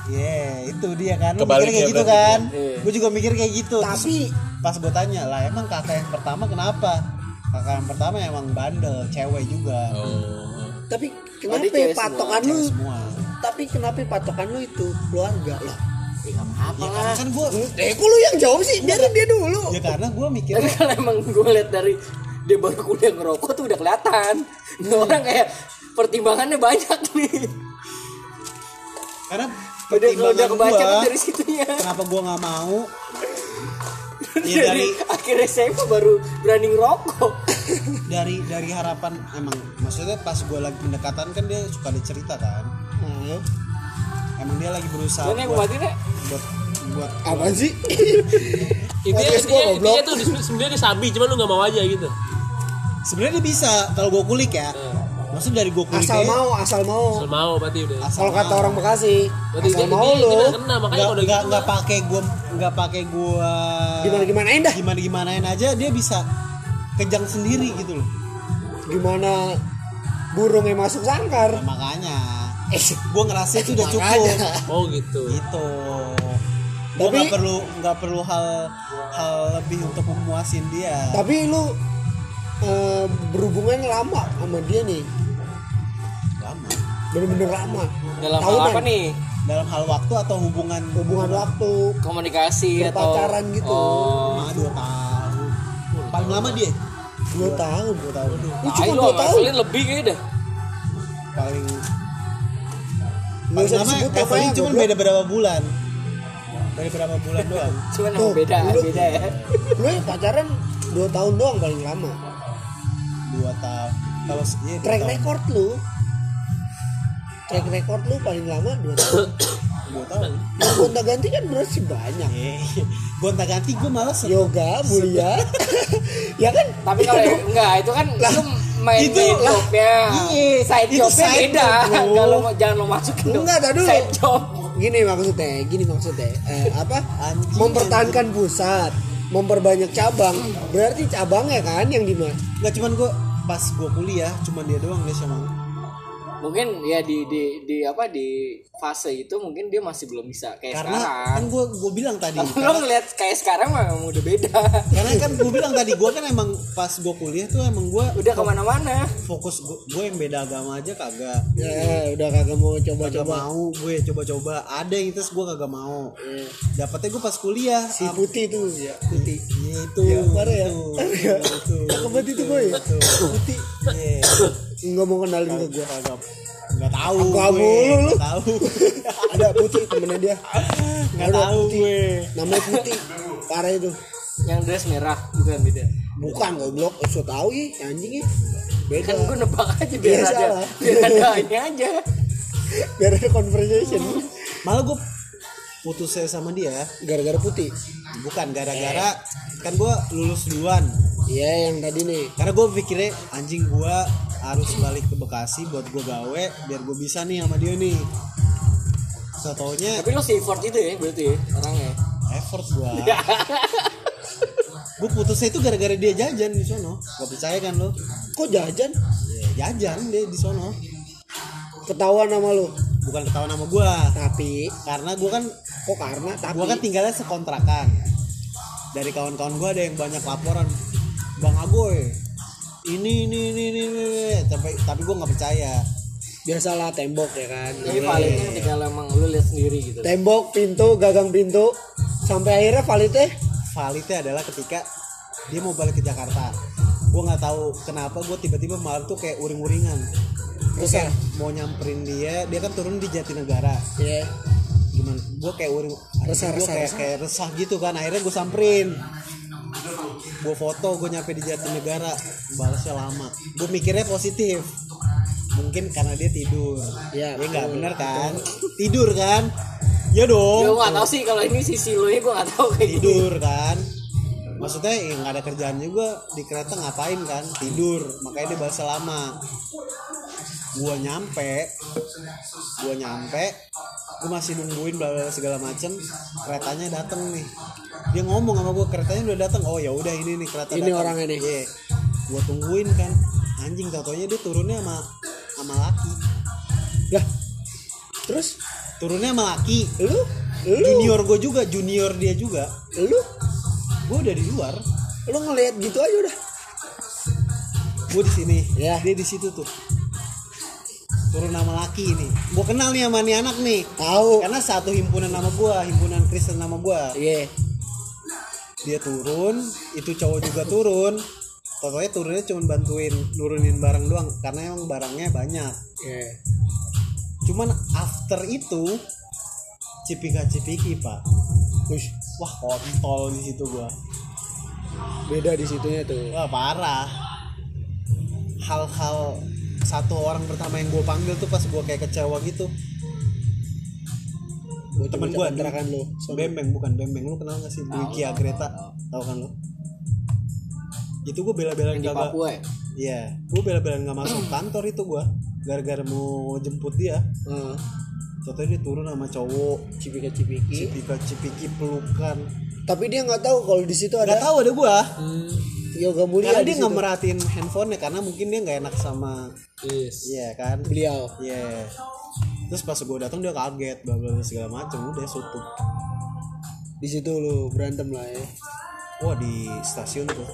Iya, itu dia kan. Lu Kebalik mikir kayak ya gitu berarti. kan. Iya. Gue juga mikir kayak gitu. Tapi Terus pas gue tanya lah, emang kakak yang pertama kenapa? Kakak yang pertama emang bandel, cewek juga. Oh. tapi dia kenapa cewek patokan Cewek lu? semua. Tapi kenapa patokan lu itu keluarga lah? Ya nggak apa-apa Ya lah. kan, kan gue, Eh, kok lu yang jawab sih? Biarin dia dulu. ya karena gue Tapi mikirnya kalau emang gue lihat dari dia baru kuliah ngerokok tuh udah kelihatan. Ini orang kayak pertimbangannya banyak nih. karena Udah udah pertimbangan kebaca gue, dari situnya. kenapa gue nggak mau? Ya Dari dari akhirnya saya baru berani ngerokok. dari dari harapan emang, maksudnya pas gue lagi pendekatan kan dia suka dicerita kan. Nah, Emang dia lagi berusaha Dan yang buat kemarin ya, buat buat apaan sih? Intinya Podcast gua intinya, goblok. intinya tuh di- sebenarnya dia sabi, cuman lu nggak mau aja gitu. sebenarnya dia bisa kalau gue kulik ya. Maksudnya dari gue kulik Asal mau, asal mau. Soal mau berarti udah. Kalau kata orang Bekasi, Berarti asal dia, mau dia, lu. dia nggak kena, makanya nggak kalau udah nggak gitu nggak mah- pakai gue nggak pakai gue Gimana gimanain dah? gimana gimanain aja dia bisa kejang sendiri gitu loh. Gimana burung yang masuk sangkar? Nah, makanya Eh, gue ngerasa itu udah cukup makanya. Oh gitu. gitu. Gue Tapi- nggak perlu nggak perlu hal hal lebih untuk memuasin dia. Tapi lu eh, berhubungan lama sama dia nih, Lama. bener-bener lama. dalam hal Tahunan. apa nih? Dalam hal waktu atau hubungan Hubungan waktu. Komunikasi atau Berpacaran gitu. Oh. lama dua tahun. Paling lama dia Dua tahun. dua tahun. Lu Tai cuma lu dua sama tahun. Evelyn lebih kayaknya dah. Paling Nggak paling usah lama disebut Evelyn namanya, cuma goblok. beda berapa bulan. Beda berapa bulan doang. Cuman Tuh, emang beda, lu- beda ya. Lu yang pacaran dua tahun doang paling lama. Dua tahun. Kalau iya, dua Track tahun. record lu, track record lu paling lama dua tahun. Dua tahun. Yang gonta ganti kan berarti banyak. Eh, gonta ganti gue malas. Yoga, mulia, ya kan? Tapi kalau enggak itu kan Lah, lu main itu main lah. jobnya, Iya, side itu jobnya side beda. job, bro. Enggak lo mau- jangan lo masukin dong. Enggak, tar dulu. Side job. Gini maksudnya, gini maksudnya, eh, apa? Anjing, Mempertahankan pusat, memperbanyak cabang. Berarti cabangnya kan yang di mana? Nggak cuman gue pas gue kuliah cuman dia doang dia sama. Mungkin ya di di di apa di fase itu mungkin dia masih belum bisa kayak Karena sekarang. kan gue gue bilang tadi. Lo karena, ngeliat kayak sekarang mah emang udah beda. karena kan gue bilang tadi gue kan emang pas gue kuliah tuh emang gue Udah kemana-mana. fokus gue, gue yang beda agama aja kagak. Ya, udah kagak mau Kagak coba-coba. mau gue coba-coba ada yang terus gue kagak mau. Dapatnya gue pas kuliah Si ap- putih tuh, ya, putih. Iya, itu Ya, parah ya. itu, itu, Cakep banget itu boy. Putih. Iya. Enggak mau kenalin ke gua. Kagak nggak tahu Nggak gue, mulu lu. nggak tahu Ada putih temennya dia. nggak Ada tahu putih. gue. Namanya putih. Parah itu. Yang dress merah bukan beda. Bukan goblok, eh, so tau ya anjing ya. Beda. Kan gue nebak aja biar Iya, ada salah. biar ada ini aja. Biar ada conversation. Malah gue putusnya sama dia Gara-gara putih. bukan gara-gara kan gue lulus duluan. Iya yang tadi nih. Karena gue pikirnya anjing gue harus balik ke Bekasi buat gue gawe biar gue bisa nih sama dia nih. Setonya Tapi lo si effort itu ya berarti ya orangnya. effort gue. Gue putusnya itu gara-gara dia jajan di sono. Gak percaya kan lo? Kok jajan? Ya, jajan dia di sono. Ketahuan sama lu. Bukan ketahuan sama gue. Tapi Karena gue kan kok karena tapi gue kan tinggalnya sekontrakan. Dari kawan-kawan gue ada yang banyak laporan. Bang Agoy, ini ini ini ini, ini. tapi tapi gue nggak percaya. biasalah tembok ya kan. Tapi validnya ketika lo emang lu lihat sendiri gitu. Tembok, pintu, gagang pintu sampai akhirnya validnya Validnya adalah ketika dia mau balik ke Jakarta. Gue nggak tahu kenapa gue tiba-tiba malam tuh kayak uring-uringan. Terus Oke. kayak mau nyamperin dia, dia kan turun di Jatinegara. ya. Gimana? Gue kayak uring, Resah, gue resah, kayak resah. kayak resah gitu kan. Akhirnya gue samperin. Gue foto, gue nyampe di Jatinegara, balasnya lama. Gue mikirnya positif. Mungkin karena dia tidur. Ya, Ya nggak betul, bener kan? Tidur kan? Ya dong. Gue nggak tahu sih kalau ini sisi lo nya gue nggak tahu kayak gitu. Tidur kan? Maksudnya ya nggak ada kerjaan juga di kereta ngapain kan? Tidur. Makanya dia balasnya lama. Gua nyampe, gua nyampe, gua masih nungguin bla bla segala macem. Keretanya dateng nih. Dia ngomong sama gua keretanya udah dateng. Oh ya udah ini nih kereta. Ini dateng. orangnya nih. Iya. Gua tungguin kan. Anjing tatonya dia turunnya sama sama laki. Lah. Terus turunnya sama laki. Lu lu Junior gue juga, junior dia juga. lu Gue udah di luar. lu ngelihat gitu aja udah. Gue di sini, Ya. dia di situ tuh. Turun nama laki ini. Gue kenal nih sama nih anak nih. Tahu. Karena satu himpunan nama gue, himpunan Kristen nama gue. Iya. Dia turun, itu cowok juga turun. Pokoknya turunnya cuma bantuin nurunin barang doang, karena emang barangnya banyak. Iya. Cuman after itu cipika-cipiki pak. Push. Wah kontol di situ gua. Beda di situnya tuh. Wah parah. Hal-hal satu orang pertama yang gue panggil tuh pas gue kayak kecewa gitu. Gua Temen coba gue kontrakan lu. Bembeng bukan Bembeng, lu kenal gak sih Dwiki Agreta? Tahu kan lu? Itu gue bela-belain Yang di kagak. Papua ya? Iya, gue bela-belain gak masuk kantor itu gue. Gara-gara mau jemput dia. Heeh. Ternyata dia turun sama cowok, Cipika-cipiki. cipika-cipiki pelukan. Tapi dia nggak tahu kalau di situ ada Gak tahu ada gue. yoga mulia. Karena di dia nggak situ. merhatiin handphonenya karena mungkin dia nggak enak sama, Yes. iya kan? Beliau. Iya. Terus pas gue datang dia kaget, bla bla bla segala macam, udah tutup. Di situ lu berantem lah ya. Wah di stasiun tuh.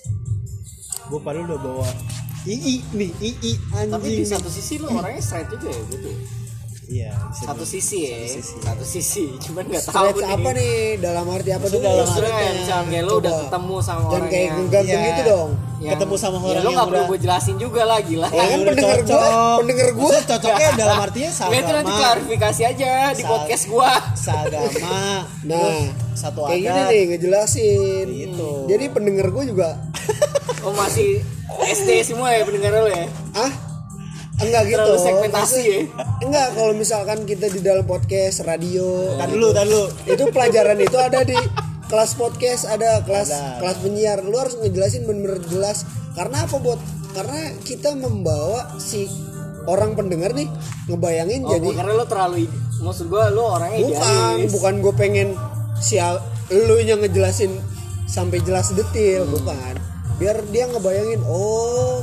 Gue padahal udah bawa I I nih, I I anjing. Tapi di nih. satu sisi lu orangnya straight juga ya gitu. Iya, bisa Satu dibilang. sisi ya. Satu sisi. Satu sisi. Cuman enggak tahu Stretch nih. apa nih? Dalam arti apa Maksudnya tuh? dalam Justru arti- kayak misalnya kayak lu Coba. udah ketemu sama Jangan orang kayak yang gantung Iya. gitu dong. yang- ketemu sama ya, orang lu yang nggak perlu udah- gue jelasin juga lah gila. Ya kan udah pendengar gua, cocok. pendengar gua. Maksudnya cocoknya dalam artinya Ya itu nanti seagama. klarifikasi aja di Sa- podcast gua. Seagama. Nah, Terus satu kayak gini adat. nih ngejelasin. Gitu. Jadi pendengar gua juga, Oh masih S D semua ya pendengar lu ya. ah, enggak gitu. Terlalu segmentasi ya. Enggak, kalau misalkan kita di dalam podcast, radio, Tar dulu, tar dulu. itu pelajaran itu ada di kelas podcast, ada kelas Ada. kelas penyiar. Lu harus ngejelasin bener-bener jelas. Karena apa, Bot? Karena kita membawa si orang pendengar nih ngebayangin Oh, jadi gua karena lu terlalu maksud gua lu orangnya bukan idealis. bukan gue pengen si lu yang ngejelasin sampai jelas detail, bukan. Biar dia ngebayangin, oh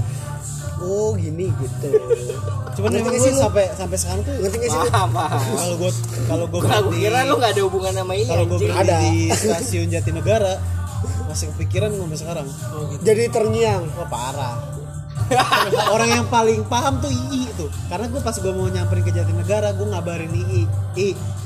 oh gini gitu. Cuman Ngerti memang nggak gue sih lu? sampai sampai sekarang tuh Ngerti gak sih lu? Paham, paham. kalau gue kalau gue Gua gua kira lu gak ada hubungan sama ini kalau gue anjing. berhenti Ada. di stasiun Jatinegara masih kepikiran gue sampai sekarang. Oh, gitu. Jadi terngiang. Wah parah. Orang yang paling paham tuh I I tuh. Karena gue pas gue mau nyamperin ke Jatinegara gue ngabarin I I. I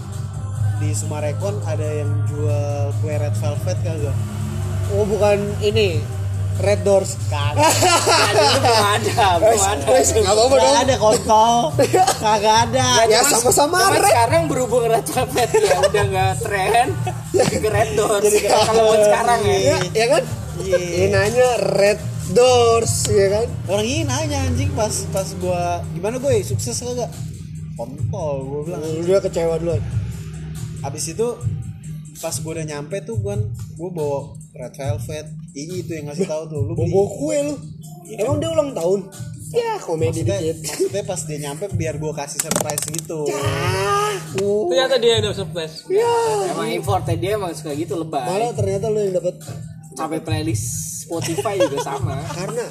di Sumarekon ada yang jual kue red velvet kagak? Oh bukan ini Red Doors. Kagak. Aduh, lu belum ada, belum ada. Wes, nggak apa-apa dong. Kagak ada kontol. Kagak ada. Ya, Cuman- sama-sama cuman Red. sekarang berhubung Red Velvet ya udah nggak tren jadi ke Red Doors. Kalau buat sekarang ya. Ya, ya kan? Iya. Ini nanya Red Doors, ya kan? Orang ini nanya anjing pas pas gue gimana gue sukses kagak? Kontol gue bilang. Lu udah kecewa duluan. Abis itu pas gue udah nyampe tuh gue gue bawa red velvet. I itu yang ngasih tahu tuh lu beli. Bobo kue lu. Iya. Emang dia ulang tahun? Ya komedi Maksudnya, dikit. maksudnya pas dia nyampe biar gue kasih surprise gitu. Ah, uh, Ternyata dia yang dapat surprise. Emang importnya dia emang suka gitu lebay. malah ternyata lu yang dapat Sampai playlist Spotify juga sama. karena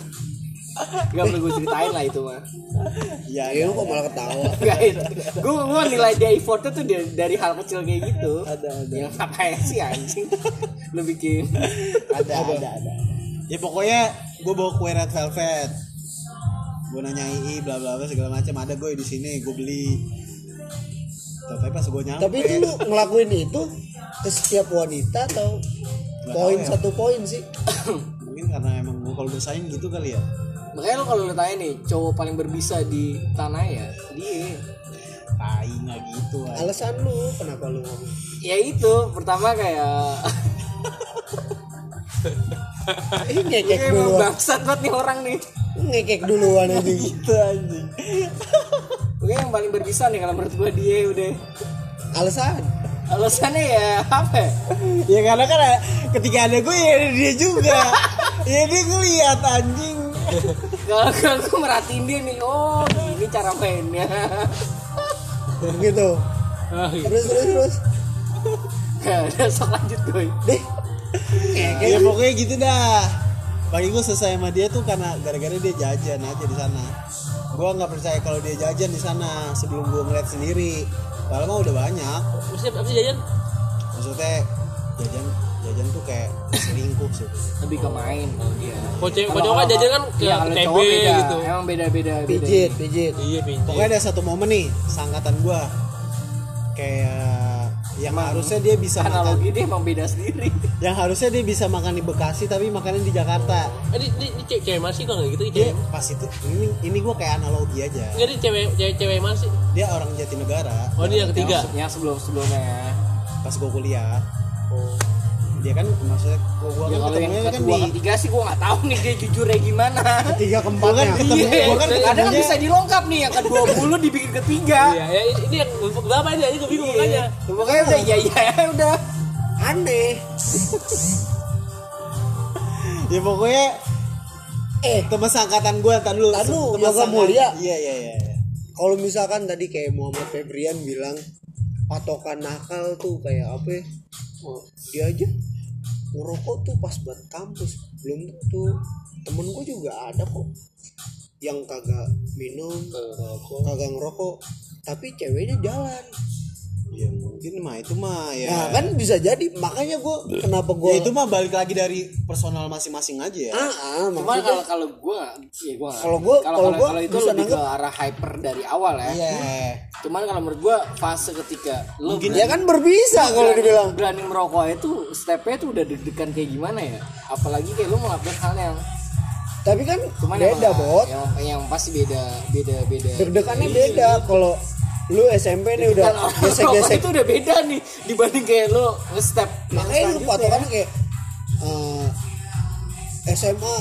Gak perlu gue ceritain lah itu mah. Ya, ya lu kok malah ketawa. Gak itu. Gue gue nilai dia effortnya tuh dari, dari hal kecil kayak gitu. Ada, ada. Yang kayak sih anjing. Lu bikin. ada, ada, ada. Ya pokoknya gue bawa kue red velvet. Gue nanya I I bla bla bla segala macam ada gue di sini gue beli. Tapi pas gue nyampe. Tapi itu lu ngelakuin itu ke setiap wanita atau Nggak poin tahu ya. satu poin sih? Mungkin karena emang gue kalau bersaing gitu kali ya. Makanya lu kalau lu tanya nih cowok paling berbisa di tanah ya dia. Tai nggak gitu. Ay. Alasan lu kenapa lu ngomong? Ya itu pertama kayak Ini ngekek kayak emang duluan. bangsat banget nih orang nih. Ngekek duluan aja gitu. Gitu anjing. Oke yang paling berbisa nih kalau menurut gua dia udah. Alasan? Alasannya ya apa? ya? Ya karena kan ketika ada gue ya ada dia juga. Ya dia ngeliat anjing. Kalau kalau gua merhatiin dia nih, oh ini cara mainnya. Begitu. Ah, gitu. Terus terus terus. Udah sok lanjut gue. Deh. Ya pokoknya gitu dah. Bagi gue selesai sama dia tuh karena gara-gara dia jajan aja di sana. gue nggak percaya kalau dia jajan di sana sebelum gue ngeliat sendiri. Padahal mah udah banyak. Maksudnya apa sih jajan? Maksudnya jajan jajan tuh kayak selingkuh sih. Lebih ke main kalau dia. Kalau cewek Kalau- cowok kan jajan kan Iya, kayak kalau T B cowok beda. gitu. Emang beda-beda. beda. Pijit, pijit. Iya pinjam. Pokoknya ada satu momen nih seangkatan gue kayak yang harusnya dia bisa makan, Analogi dia emang beda sendiri. yang harusnya dia bisa makan di Bekasi tapi makannya di Jakarta. Eh, ini, ini, ini cewek, cewek masih kok nggak gitu Dia cewek. pas itu ini ini gue kayak analogi aja. Enggak ini cewek cewek cewek masih. Dia orang Jatinegara. Oh ini yang ketiga. Yang sebelum-sebelumnya. Pas gue kuliah. Dia kan maksudnya gue Ya kan kalau yang ketemunya kan kedua, di ketiga sih gue nggak tahu nih dia jujurnya gimana. Tiga keempatnya. ketemu Iya, gue kan kadang kan ketemunya bisa dilengkap nih yang kedua puluh dibikin ketiga. Iya, ya, ini- ini yang berapa ini? Ini gue bingung makanya. Pokoknya udah iya iya udah. Aneh. ya pokoknya Eh, teman seangkatan gue entar dulu. Ntar dulu, Teman Yoga seangkatan- Mulia. Iya iya iya. kalau misalkan tadi kayak Muhammad Febrian bilang patokan nakal tuh kayak apa ya? Oh, dia aja ngerokok tuh pas buat kampus. Belum tentu temen gue juga ada kok yang kagak minum, kagak ngerokok, tapi ceweknya jalan. Ya mungkin mah itu mah ya. Nah kan bisa jadi, makanya gue kenapa gue Ya itu mah balik lagi dari personal masing-masing aja ya. ah, ah Cuman maksudnya kalau kalau gue ya gue Kalau gua- kalau kalau kalau gua kalau itu bisa lebih ke nanggep. arah hyper dari awal ya. Iya. Cuman kalau menurut gue fase ketika lu Mungkin ya kan berbisa kalau berani- dibilang. berani merokok itu stepnya tuh udah deg-degan kayak gimana ya, apalagi kayak lu melakukan hal yang Tapi kan cuman beda emang- bot, yang, yang pasti beda beda beda deg-degannya beda. Kalau lu S M P nih udah Kan gesek-gesek, itu udah beda nih dibanding kayak lu nge-step makanya lu selanjutnya. patokannya kayak eh, S M A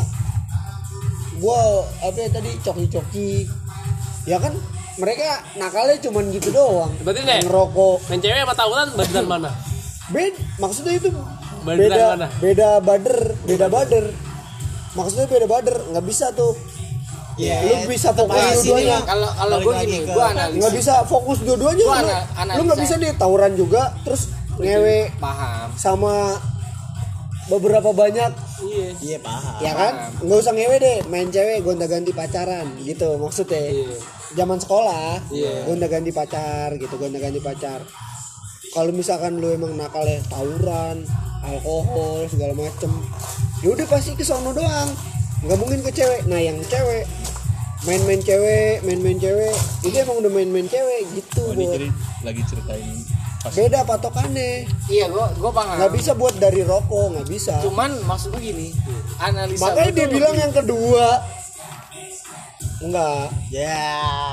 gua apa ya tadi coki-coki, ya kan mereka nakalnya cuman gitu doang. Berarti nih Ngerokok main cewek sama tawuran badan mana? beda, maksudnya itu Badan beda mana? beda bader beda bader maksudnya beda bader, nggak bisa tuh. Iya. Lu bisa fokus Nah, sini dua-duanya. lah. kalau kalau Balik gue lagi gini ke- gue analisa Nggak bisa fokus dua-duanya. Gua lu, ana- analisa. lu nggak bisa deh tawuran juga terus ngewe paham sama beberapa banyak, Iya. Iya paham. ya kan? Nggak usah ngewe deh, main cewek gonta-ganti pacaran gitu maksudnya. Iya. Zaman sekolah, Iya. gonta-ganti pacar gitu, gonta-ganti pacar. Kalau misalkan lu emang nakalnya tawuran, alkohol segala macem, ya udah pasti ke sono doang, nggak mungkin ke cewek. Nah yang cewek main-main cewek, main-main cewek, itu emang udah main-main cewek gitu. Oh, ini Bot. jadi lagi ceritain pas Beda patokannya, iya gue gue paham nggak bisa buat dari rokok, nggak bisa. cuman maksud gue gini analisa Makanya gua dia tuh bilang lebih- yang kedua. Enggak. Ya.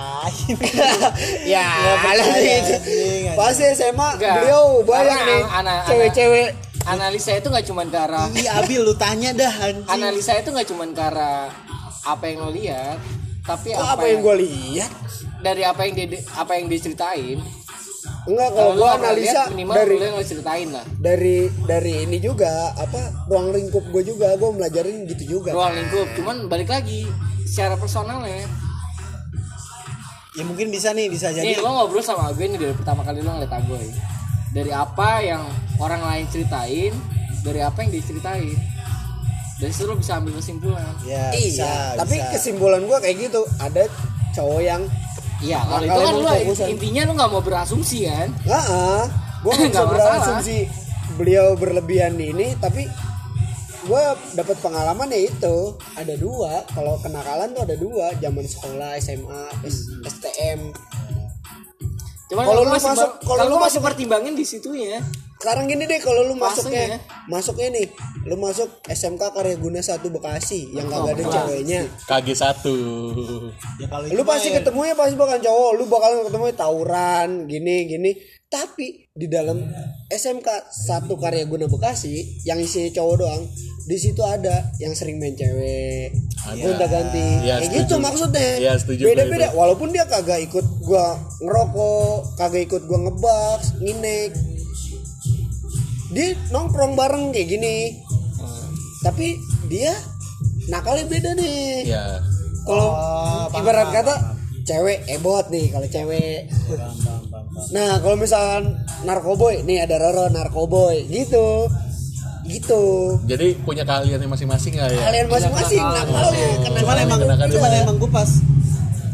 Ya, Nggak percaya, lagi. anjing, Pasti S M A Enggak. beliau banyak Karena nih anak- anak- cewek-cewek. analisa itu nggak cuman ke arah Iya Abil lu tanya dah anjing. analisa itu nggak cuman ke arah apa yang lo lihat tapi Kok apa, apa yang gue lihat? dari apa yang dia apa yang dia ceritain. Enggak, kalau lu gue pernah analisa lihat, minimal dari lu yang lo ceritain lah dari dari ini juga apa ruang lingkup gue juga, gue melajarin gitu juga. ruang lingkup. Cuman balik lagi secara personalnya Ya mungkin bisa nih, bisa nih jadi. lo ngobrol sama gue nih dari pertama kali lo ngeliat gue dari apa yang orang lain ceritain, dari apa yang diceritain, dari situ lo bisa ambil kesimpulan. Ya, Iya, bisa, tapi bisa. kesimpulan gue kayak gitu. Ada cowok yang Iya, kalau Nah, itu kan kalau lo emang fokusan. intinya lo nggak mau berasumsi kan. nggak ah, gue nggak bisa Nggak masalah. berasumsi beliau berlebihan ini, tapi gue dapat pengalaman ya itu ada dua. Kalau kenakalan tuh ada dua, zaman sekolah, S M A, S- STM. Cuman Kalau kalau lu masih masuk- ber- kalau kalau lu lu masih masuk- pertimbangin di situnya. Sekarang gini deh, kalau lu Fasenya. masuknya masuknya nih, lu masuk S M K Karya Guna satu Bekasi yang kagak ada Oh, ceweknya. K G satu. Ya, kalau itu Lu mah pasti ya- ketemunya pasti bukan cowok, lu bakal ketemu tawuran gini gini. Tapi di dalam S M K satu Karya Guna Bekasi yang isinya cowok doang, di situ ada yang sering main cewek, gonta-ganti. Ya, Kayak setuju. gitu maksudnya. Ya, setuju Beda-beda. gue itu. Walaupun dia kagak ikut gua ngerokok, kagak ikut gua ngebaks, nginek. Dia nongkrong bareng kayak gini. Tapi dia nakalnya beda nih. Ya. Kalau Oh, paham, ibarat paham, kata paham. cewek ebot nih, kalau cewek. Paham, paham, paham, paham. Nah, kalau misalkan narkoboy, nih ada Roro narkoboy gitu. Gitu. Jadi punya keahliannya masing-masing lah ya. Kalian masing-masing nakalnya. Cuman emang, kenakalan cuman beda. emang gue pas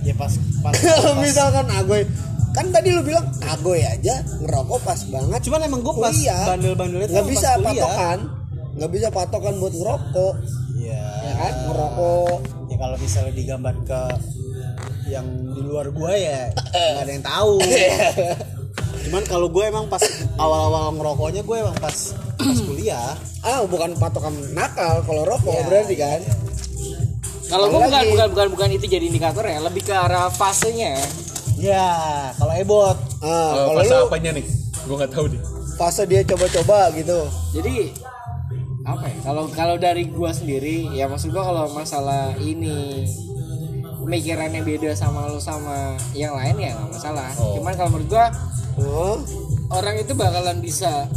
Ya pas pas, Kalau pas. misalkan agoy, kan tadi lu bilang agoy aja ngerokok pas banget. Cuman emang gue pas Kuliah. bandel-bandelnya tuh Nggak pas bisa kuliah. patokan, nggak bisa patokan buat ngerokok, Iya. ya kan? Ngerokok. Ya kalau misalnya digambar ke yang di luar gua ya nggak ada yang tahu. Cuman kalau gue emang pas awal-awal ngerokoknya gue emang pas pas kuliah. Ah, bukan patokan nakal kalau rokok Ya, berarti kan. Kalau gue Apalagi- bukan bukan bukan bukan itu jadi indikator ya, lebih ke arah fasenya. Ya kalau ebot. Ah, Oh, kalau fase lu apanya nih? Gue nggak tahu nih. fase dia coba-coba gitu. Jadi apa ya? Kalau kalau dari gua sendiri ya maksud gua kalau masalah ini pemikirannya beda sama lu sama yang lain ya nggak masalah. Oh. Cuman kalau menurut gua Oh, orang itu bakalan bisa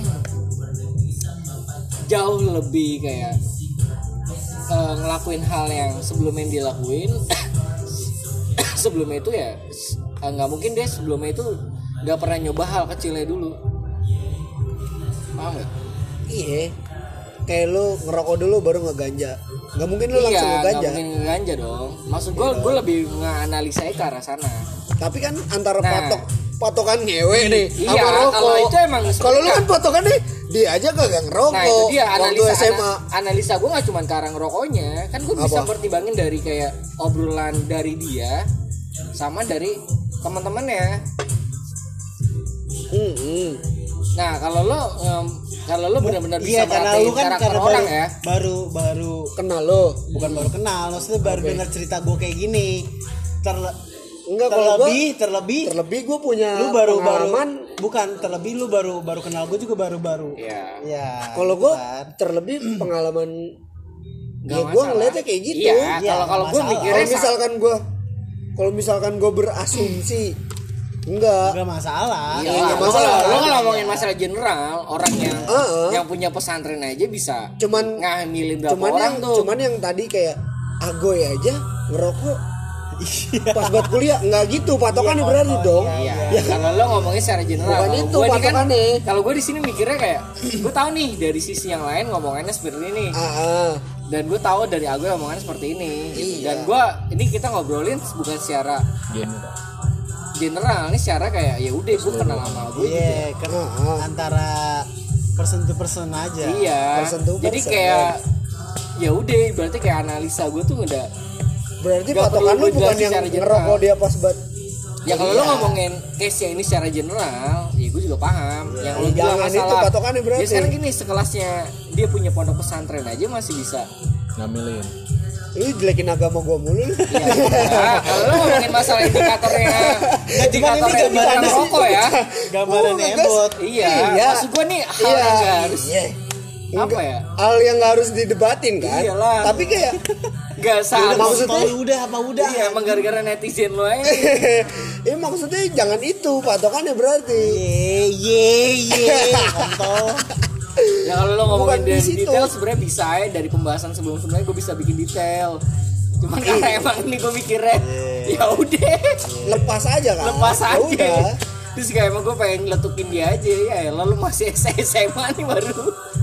jauh lebih kayak eh, ngelakuin hal yang sebelumnya dilakuin sebelumnya itu ya eh, nggak mungkin deh sebelumnya itu nggak pernah nyoba hal kecilnya dulu, paham nggak? iya. Kayak lu ngerokok dulu baru ngeganja. Nggak mungkin lu langsung Iya, nggak ngeganja. mungkin ngeganja dong. Maksud gue, gue lebih nganalisanya ke arah sana. Tapi kan antara Nah. patok patokan ngewe nih Iya, sama rokok. kalau itu emang Kalau lu sebenarnya- kan patokan nih dia aja kagak ngerokok. Nah itu dia waktu analisa S M A. ana- analisa gue nggak cuma ke arah ngerokoknya, kan gue bisa Apa? pertimbangin dari kayak obrolan dari dia sama dari teman-temannya. Hmm, hmm. Nah kalau lo em, kalau lo benar-benar bisa Iya karena merhatiin lu kan karakter karena orang baru, ya. baru baru Kenal lo. bukan baru kenal, maksudnya baru dengar cerita gue kayak gini. Terle Enggak, kalau gua terlebih terlebih terlebih gue punya lu baru baru pengalaman. bukan terlebih lu baru baru kenal gue juga baru baru. Iya. Ya. Kalau gitu gue kan. terlebih pengalaman Nggak ya gue masalah. ngeliatnya kayak gitu. Iya. Iya, Kalau kalau gue masalah. mikirnya Kalau sa- misalkan gue kalau misalkan gue berasumsi enggak. Enggak masalah. Iya, Iya, nggak lo masalah. kalau- lo kalau ngomongin masalah general, orang yang Heeh. yang punya pesantren aja bisa Cuman ngambilin berapa cuman orang yang tuh. cuman yang tadi kayak agoy aja ngerokok pas buat kuliah nggak gitu patokannya berarti dong. Iya, kalau lo ngomongin secara general, Bukan kalau itu gua nih kan, patokannya. kalau gue di sini mikirnya kayak, gue tahu nih dari sisi yang lain ngomongannya seperti ini, Ah, ah. dan gue tahu dari Agoy ngomongannya seperti ini, Iya. dan gue ini kita ngobrolin bukan secara General. general, ini secara kayak ya udah gue kenal sama gue Iya, juga. karena Ah, ah. antara person to person aja. Iya, Person to jadi person, kayak ya udah berarti kayak analisa gue tuh udah Berarti Nggak patokan perlu lu bukan jelasin yang secara general. ngerokok dia pas buat ya kalau Iya. lo ngomongin case yang ini secara general, ya gue juga paham. Yang lo Ya, bilang jangan itu masalah, patokannya berarti. ya sekarang gini sekelasnya dia punya pondok pesantren aja masih bisa. Ngambilin. lu jelekin agama gua mulu lu. Ya, nah, kalau lo ngomongin masalah indikatornya, indikatornya ini bukan gambaran- rokok ya. Gambaran Oh, ngegas. ebot. Iya, Iya. maksud gue nih hal Iya. yang nggak harus Iya. apa Enggak- ya? hal yang nggak harus didebatin kan. Iyalah. Tapi kayak Nggak Udah, seharus. maksudnya- udah apa udah? Iya, emang gara-gara netizen lo aja. ya maksudnya jangan itu patokannya berarti. Ye ye ye. Kontol. Ya kalau lo ngomongin Bukan di dari situ. detail sebenarnya bisa ya dari pembahasan sebelum-sebelumnya gue bisa bikin detail. Cuman karena emang ini gue mikirnya ya udah Lepas aja kan. lepas Ya aja. udah. Terus kayak emang gue pengen letukin dia aja ya. Lalu masih S M A nih baru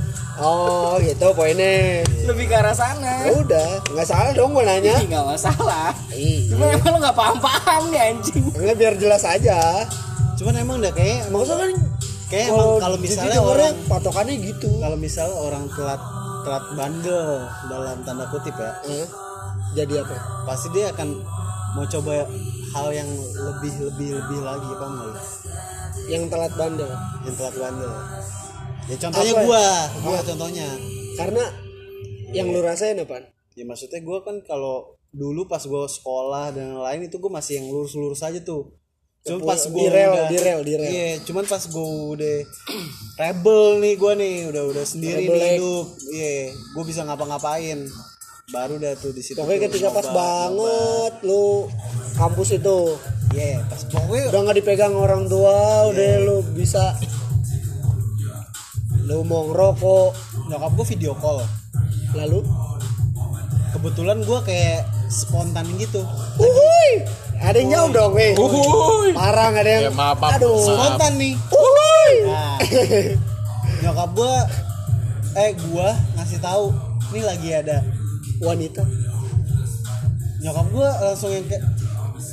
Oh gitu poinnya. lebih ke arah sana. Ya udah, nggak salah dong gua nanya. Ih, nggak masalah. Iya. Cuma emang lo nggak paham-paham nih anjing. Enggak biar jelas aja. Cuman emang udah kayak Maksudnya kan kayak emang kalau misalnya jadi dengernya orang patokannya gitu. kalau misalnya orang telat telat bandel dalam tanda kutip ya, Hah? Jadi apa? pasti dia akan mau coba hal yang lebih lebih lebih lagi apa mau Yang telat bandel. yang telat bandel. Ya contohnya Apa ya? gua, gua contohnya. Karena yang lu rasain apa? Ya maksudnya gua kan kalau dulu pas gua sekolah dan lain itu gua masih yang lurus-lurus aja tuh. Cuma pas Di gua rel, udah, di rel, di rel. Iya, cuman pas gua udah rebel nih gua nih, udah udah sendiri Rebel nih leg. hidup. Iya, gua bisa ngapa-ngapain. Baru dah tuh di situ. Pokoknya tuh ketika pas nyoba, banget lu kampus itu nyoba. Iya, pas pokoknya udah nggak dipegang orang tua, udah lu bisa lu mau ngerokok, nyokap gua video call. lalu Kebetulan gua kayak spontan gitu. uhuy, ada yang jauh dong, weh. Uhuy. Parah nggak ada yang. Ya, maaf, maaf. Aduh. Maaf. Spontan nih. Uhuy. Nah, nyokap gua eh gua ngasih tahu nih lagi ada Wanita. nyokap gua langsung yang kayak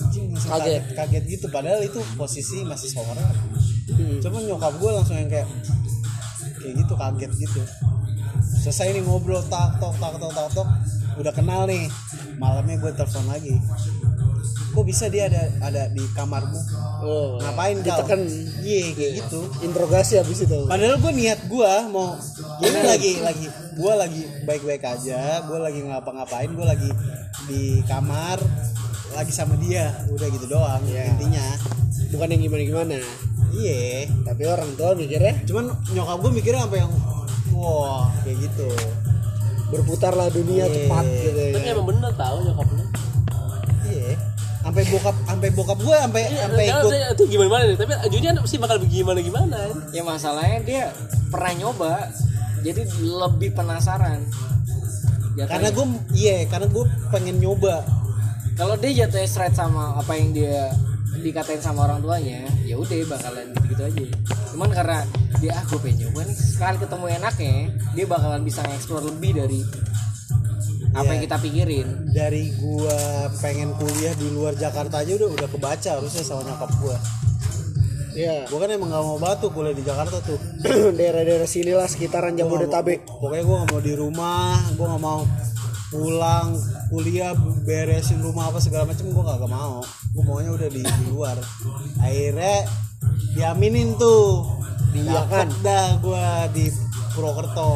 langsung Kaget. kaget, kaget gitu padahal itu posisi masih sore. Hmm. Cuma nyokap gue langsung yang kayak kayak gitu kaget gitu. Selesai nih ngobrol tak tok tak tok tak tok udah kenal nih. Malamnya gue telepon lagi. Kok bisa dia ada ada di kamarmu? Oh, Ngapain kau? ditekan. Iya kayak gitu. Interogasi habis itu. Padahal gue niat gue mau ini lagi lagi gue lagi baik-baik aja, gue lagi ngapa-ngapain, gue lagi di kamar lagi sama dia, udah gitu doang Ya. intinya. Bukan yang gimana-gimana. Iya. Tapi orang tua mikirnya Cuman nyokap gue mikirnya apa yang wah kayak gitu. berputarlah dunia Iya. cepat gitu ya. Tapi emang bener tahu nyokap lu. Iya. Sampai bokap sampai bokap gue sampai Iya, sampai tahu ikut. saya itu gimana gimana nih. Tapi jujurnya sih bakal gimana gimana. Ya masalahnya dia pernah nyoba, jadi lebih penasaran. Jatuhnya. Karena gue iya, karena gue pengen nyoba. Kalau dia jatuhnya straight sama apa yang dia dikatain sama orang tuanya, ya udah bakalan gitu-gitu aja. Cuman karena dia ah gue pengen nyoba nih, sekali ketemu enaknya, dia bakalan bisa nge-explore lebih dari apa Iya. yang kita pikirin. Dari gue pengen kuliah di luar Jakarta aja udah udah kebaca harusnya sama nyokap gue. Iya. Gue kan emang gak mau batu kuliah di Jakarta tuh. Daerah-daerah sini lah sekitaran Jabodetabek. Pokoknya gue gak mau di rumah, gue gak mau pulang kuliah beresin rumah apa segala macam, gue gak, gak mau. Gue maunya udah di, di luar. Akhirnya diaminin tuh, Diiyakan. dapet dah gue di Purwokerto.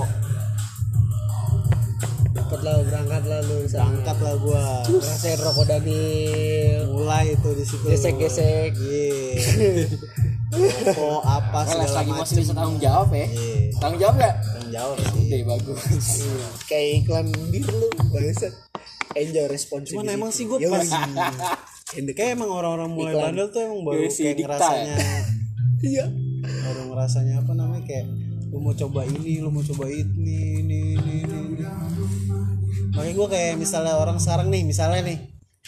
Dapat lah berangkat lah lu di sana. Berangkat lah gue. Rasain rokok Daniel. Mulai itu di situ. Gesek-gesek. Iya. Rokok apa Kalau segala lagi masih macam. bisa tanggung jawab ya. Iya. Tanggung jawab gak? Yang jauh sih. Deh bagus. Iya. Kayak iklan bir lu bangsat. Enjoy responsibility. Cuman emang sih gue Yoi. pas kayak emang orang-orang mulai Iklan. bandel tuh emang baru Iya sih, kayak dikta ngerasanya Iya. baru ngerasanya apa namanya kayak lu mau coba ini, lu mau coba ini, ini, ini, ini, ini. Makanya gue kayak misalnya orang sekarang nih, misalnya nih,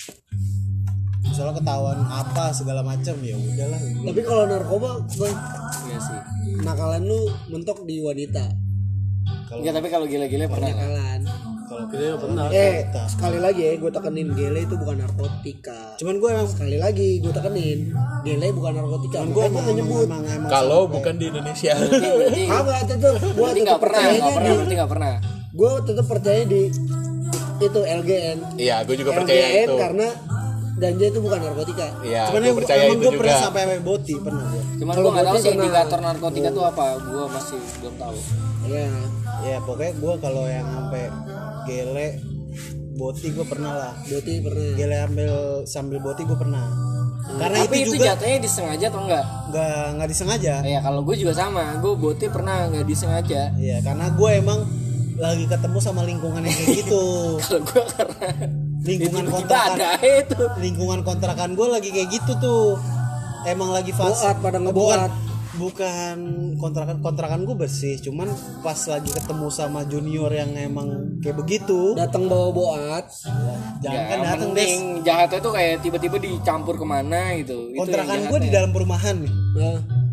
misalnya ketahuan apa segala macam ya udahlah. Tapi kalau narkoba, bang, Iya sih. nakalan lu mentok di wanita. Kalau Enggak, tapi kalau gila-gila pernah. Nakalan. kalau Kita benar. Eh, sekali lagi ya, gue tekenin gele itu bukan narkotika. cuman gue emang Sekali lagi gue tekenin, gele bukan narkotika. cuman Gue gue emang emang, nyebut. emang, emang Kalau sampai- bukan di Indonesia. Berarti Kagak tetep, gue berarti tetep nggak pernah, percayanya nggak pernah, di, berarti nggak pernah. gue tetep percaya di itu L G N. Iya, gue juga L G N percaya itu. karena ganja itu bukan narkotika. Iya, cuman gue emang, percaya emang itu gue juga. pernah sampai sampai boti pernah gue. Cuman Kalau gue nggak tahu berarti sih pernah. indikator narkotika tuh apa, gue masih belum tahu. Iya. Ya pokoknya gue kalau yang sampai gele boti gue pernah lah. Berarti pernah. Gele ambil sambil boti gue pernah. Karena Tapi itu, itu, juga jatuhnya disengaja atau enggak? nggak nggak disengaja. Ya kalau gue juga sama, gue boti pernah nggak disengaja. Iya karena gue emang lagi ketemu sama lingkungan yang kayak gitu. Kalau gue karena Lingkungan tiba-tiba kontrakan, ada itu. lingkungan kontrakan gue lagi kayak gitu tuh. Emang lagi fase Boat pada ngebuat. bukan, bukan kontrakan kontrakan gue bersih, cuman pas lagi ketemu sama junior yang emang kayak begitu. Datang bawa boat. Jangan Ya, kan yang datang penting des. jahatnya tuh kayak tiba-tiba dicampur kemana gitu. Itu yang Kontrakan gue jahatnya. di dalam perumahan nih. Ya.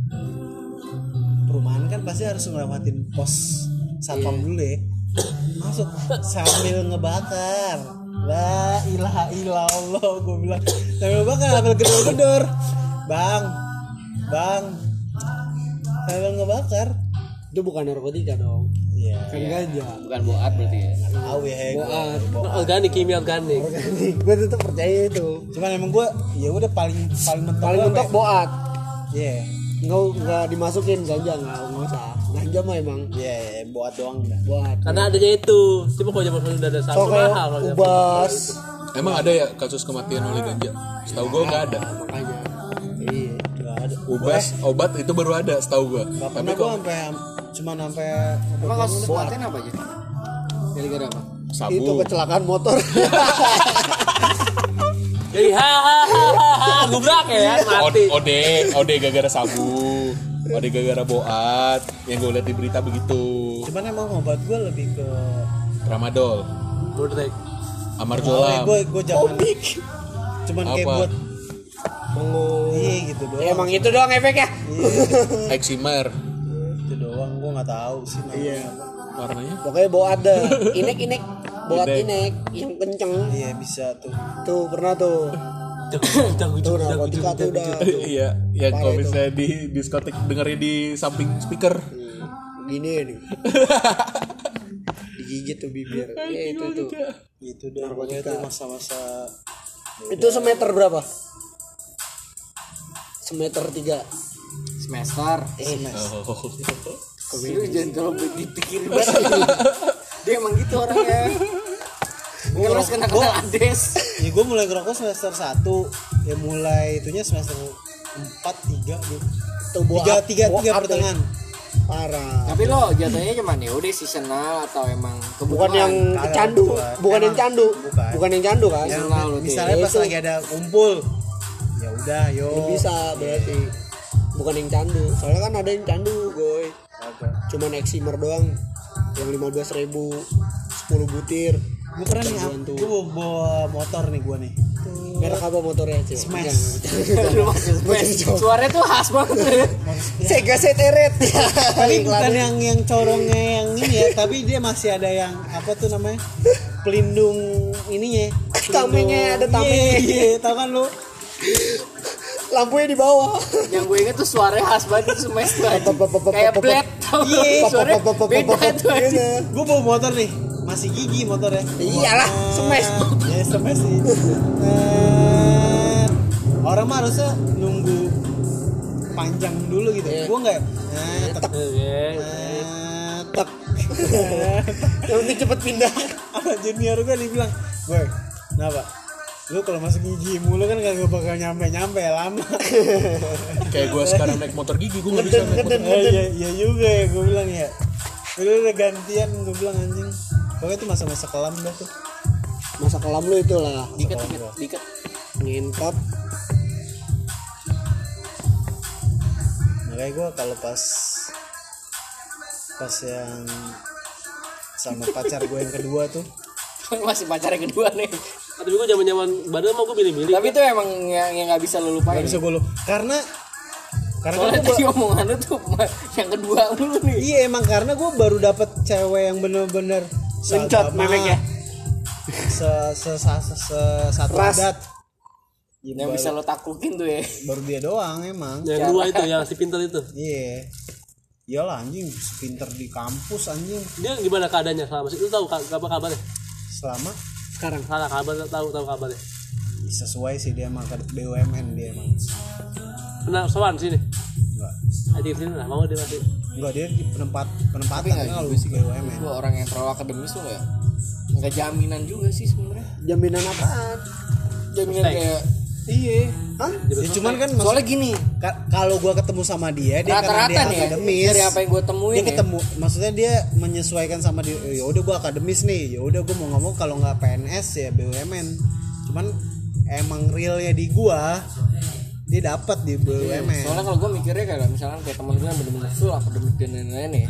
Perumahan kan pasti harus ngelewatin pos satpam dulu ya. Masuk sambil ngebakar. La ilaha illallah gue bilang sambil ngebakar sambil gedor-gedor. Bang, bang, sambil ngebakar. Itu bukan narkotika dong. Iya. Kan ganja. Bukan boat berarti ya. Tahu ya Boat. gue. Organik, kimia organik. Organik. Gue tetap percaya itu. Cuman emang gue ya udah paling paling mentok Paling gua mentok apa boat. ya? Iya. Nggak nggak dimasukin ganja nggak nggak usah. Ganja mah emang Iya, iya, buat doang dah. boat. Karena adanya itu. Cuma kalau zaman udah ada So sabu kayak mahal. kalau zaman- ubas. Emang ada ya kasus kematian oleh ganja? Setahu gue nggak ada. Makanya. Iya. Enggak ada. Ubas, obat itu baru ada setahu gue. Enggak Tapi pernah gue kok sampai cuman sampai Emang kasus kematian apa aja? Gara-gara apa? sabu. Itu kecelakaan motor. Jadi hahaha gubrak ya mati. O- Ode, ode gara-gara sabu. Ode gara-gara boat. Yang gue lihat di berita begitu. cuman emang obat gue lebih ke Tramadol, Bodrek. Amarjolam. gue gue jangan cuman kayak Apa? buat iya gitu doang. Ya, emang itu doang efeknya. Eximer. Itu doang gue nggak tahu sih namanya. Iya. Warnanya Pokoknya boat deh. Inek inek. Boat Inek. inek yang kenceng. Iya bisa tuh. Tuh pernah tuh. jago Tuh jago jago narkotika tuh udah tuh. Iya, yang Parah kalau itu. misalnya di diskotik dengerin di samping speaker. Gini nih. Digigit tuh bibir. Ya itu tuh. Itu deh pokoknya itu masa-masa Itu semeter berapa? Semeter tiga. semester Eh, Oh. lu jangan kalau dipikirin banget dia emang gitu orangnya ngeles kena kena ades ya gue mulai ngerokok semester satu ya mulai itunya semester empat tiga gitu Tuh, bawa tiga up- tiga bawa tiga up pertengahan parah. tapi lo jatuhnya cuman ya udah seasonal atau emang Bukan yang Kagak, candu, bukan. bukan yang Emang, candu, bukan. bukan yang candu kan? yang Seasonal lu tuh. misalnya pas Itu. lagi ada kumpul ya udah yo Lu bisa berarti. Bukan yang candu. Soalnya kan ada yang candu, goy. Cuman eksimer doang yang lima belas ribu sepuluh butir. gue pernah nih Canduan tuh. gue bawa, bawa motor nih gue nih Merek apa motornya, Cik? Smash. suaranya tuh khas banget ya. Sega Seteret. tapi bukan yang yang corongnya yang ini ya tapi dia masih ada yang apa tuh namanya pelindung ininya Tamengnya, ada tamengnya. iya iya tau kan lu Lampunya di bawah. yang gue inget tuh suaranya khas banget tuh semester kayak blade tau lu? Iya, suaranya beda tuh aja gue bawa motor nih masih gigi motornya Iyalah, smash. ya smash sih Eh, orang mah harusnya nunggu panjang dulu gitu Iya. gue nggak eh, tek, eh, tek. Yang penting cepet pindah. Sama junior gue dibilang gue kenapa lu kalau masuk gigi mulu kan gak bakal nyampe nyampe lama Kayak gue sekarang naik motor gigi, gue nggak bisa naik motor. Eh, iya iya juga ya gue bilang ya udah udah gantian gue bilang anjing pokoknya itu masa-masa kelam dah tuh Masa kelam lu itulah. diket diket diket Ngintot. makanya gue kalau pas pas yang sama pacar gue yang kedua tuh masih pacar yang kedua nih Tapi gue zaman zaman badan mau gue milih-milih. tapi itu emang yang yang nggak bisa lo lupain gak bisa gue lu karena karena soalnya kan gua, tadi omongan lu tuh yang kedua mulu nih iya emang karena gue baru dapet cewek yang bener-bener Mencot seagama, memeknya. se se se, se, se satu Ras. adat yang bisa lo taklukin tuh ya baru dia doang emang Yang dua itu, yang si pintar itu. iya iyalah anjing pinter di kampus anjing Dia gimana keadaannya selama sih? Lu tahu ka- apa kabarnya? selama Sekarang. Salah kabar, tahu tahu kabarnya. sesuai sih dia emang ke B U M N dia emang Pernah sowan sini. enggak Aja sini lah, mau dia masih. enggak dia di penempat penempatan nggak kalau juga sih B U M N gue orang yang terlalu akademis tuh nggak nggak jaminan juga sih sebenarnya Jaminan apaan? jaminan Prospek. kayak iya Hah? ya cuman kan maksud- soalnya gini Ka- kalau gua ketemu sama dia dia karena rata-rata dia nih ya akademis dari apa yang gue temuin dia ya, ketemu maksudnya dia menyesuaikan sama dia ya udah gua akademis nih ya udah gua mau ngomong kalau nggak P N S ya B U M N cuman emang realnya di gua dia dapat di B U M N soalnya kalau gue mikirnya kayak misalkan kayak temen gue yang bener-bener full akademik dan lain-lain ya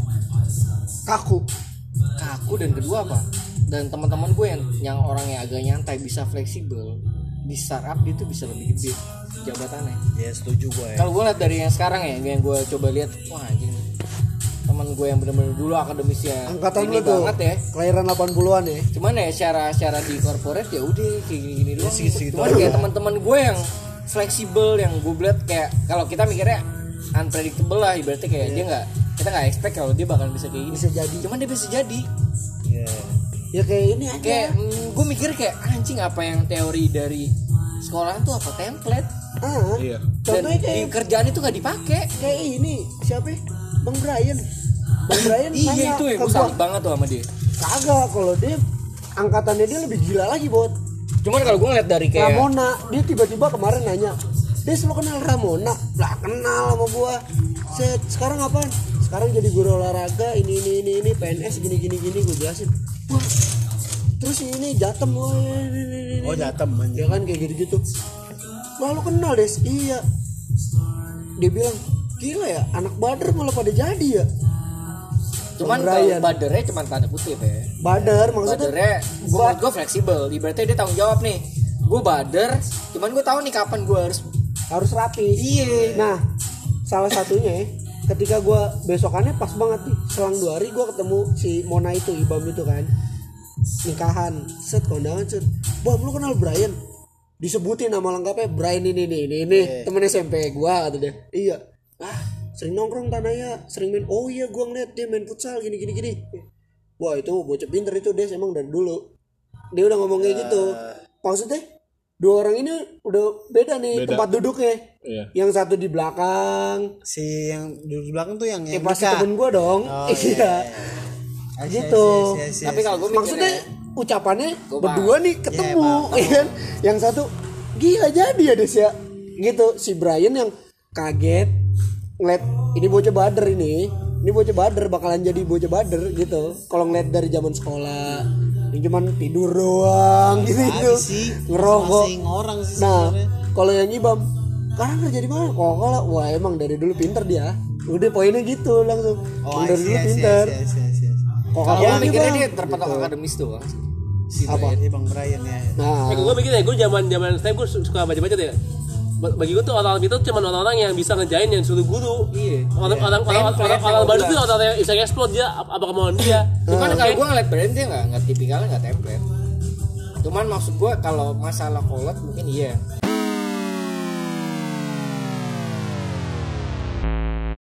Kaku. kaku dan kedua apa dan teman-teman gue yang yang orang yang agak nyantai bisa fleksibel di startup dia tuh bisa lebih gede jabatannya ya setuju gua ya kalau gue lihat dari yang sekarang ya yang gue coba lihat wah anjing teman gue yang bener-bener dulu akademisnya Angkatan ini lu tuh. banget ya Kelahiran delapan puluhan ya. cuman ya secara secara di corporate ya udah kayak gini-gini doang segitu-segitu cuman kayak teman-teman gue yang fleksibel yang gue lihat kayak kalau kita mikirnya unpredictable lah ibaratnya kayak dia nggak kita nggak expect kalau dia bakal bisa kayak gini Bisa jadi. cuman dia bisa jadi ya Ya kayak ini aja. kayak mm, gue mikir kayak anjing apa yang teori dari sekolah tuh apa template Ah. Iya. dan Contohnya di kayak kerjaan itu nggak dipakai kayak ini siapa? ya? Bang Brian. Bang Brian iya nanya itu ya ke gue gua. salut banget tuh sama dia Kagak, kalau dia angkatannya dia lebih gila lagi, Bot. cuman kalau gue ngeliat dari kayak Ramona, dia tiba-tiba kemarin nanya, "Des, lo kenal Ramona?" Lah, kenal sama gua. Set, sekarang apaan? Sekarang jadi guru olahraga, ini ini ini ini P N S gini gini gini gue jelasin. Wah. Terus ini Jatem, oh, ini, ini, ini, ini. oh jatem Ya anjing kan kayak gitu-gitu. Wah, lo kenal, Des? Iya. Dia bilang, "Gila ya, anak Badar malah pada jadi ya." cuman Bang kalau Brian. badernya cuman tanda kutip ya Badar maksudnya badernya gue buat gue fleksibel ibaratnya dia tanggung jawab nih gue bader cuman gue tahu nih kapan gue harus harus rapi. iya Nah, salah satunya ya, ketika gua besokannya pas banget nih, selang dua hari gua ketemu si Mona itu, Ibam itu kan, nikahan, set kondangan set, "Bam, lu kenal Brian?" disebutin nama lengkapnya Brian ini ini ini, ini. Yeah. Temen S M P gua kata dia. Iya. Ah, sering nongkrong Tanaya, sering main. Oh iya gua ngeliat dia main futsal gini gini gini. Wah, itu bocah pinter itu Des emang dari dulu. Dia udah ngomong kayak gitu. Maksudnya dua orang ini udah beda nih Beda. tempat duduknya. Iya. Yang satu di belakang. Si yang duduk di belakang tuh yang Ya yang pasti nikah. temen gua dong. Oh, Iya. iya. Gitu. Yes, yes, yes, Tapi yes. kalau gue Maksudnya ucapannya Gua berdua nih ketemu, Iya, paham, ya kan? Yang satu gila jadi ya Des ya. Gitu si Brian yang kaget ngeliat ini bocah bader ini. Ini bocah bader bakalan jadi bocah bader gitu. Kalau ngeliat dari zaman sekolah yang cuman tidur doang gitu Lagi itu. sih, Ngerokok. masing-masing orang sih Nah, sebenarnya. kalau yang Ibam sekarang kerja di mana? Kok lah, wah emang dari dulu pinter dia. Udah poinnya gitu langsung. Oh, Yang dari I see, dulu I see, pinter. I see, I see, I see. Kok kalau kakak gue mikirnya Bang? dia terpatok Gitu. akademis tuh Bang. Si Apa? Brian. Iya Bang Brian ya. Nah, Eh, gue mikir ya, gue zaman zaman S T M gue suka baca-baca deh. Ba- Bagi gue tuh orang itu cuma orang-orang yang bisa ngejain yang suruh guru. Iya. Orang orang orang Template orang, yang orang baru udah. tuh orang yang bisa explode dia apa apa kemauan dia. Cuman Oke. kalau gue ngeliat Brian dia nggak nggak tipikalnya nggak template. Cuman maksud gue kalau masalah kolot mungkin iya.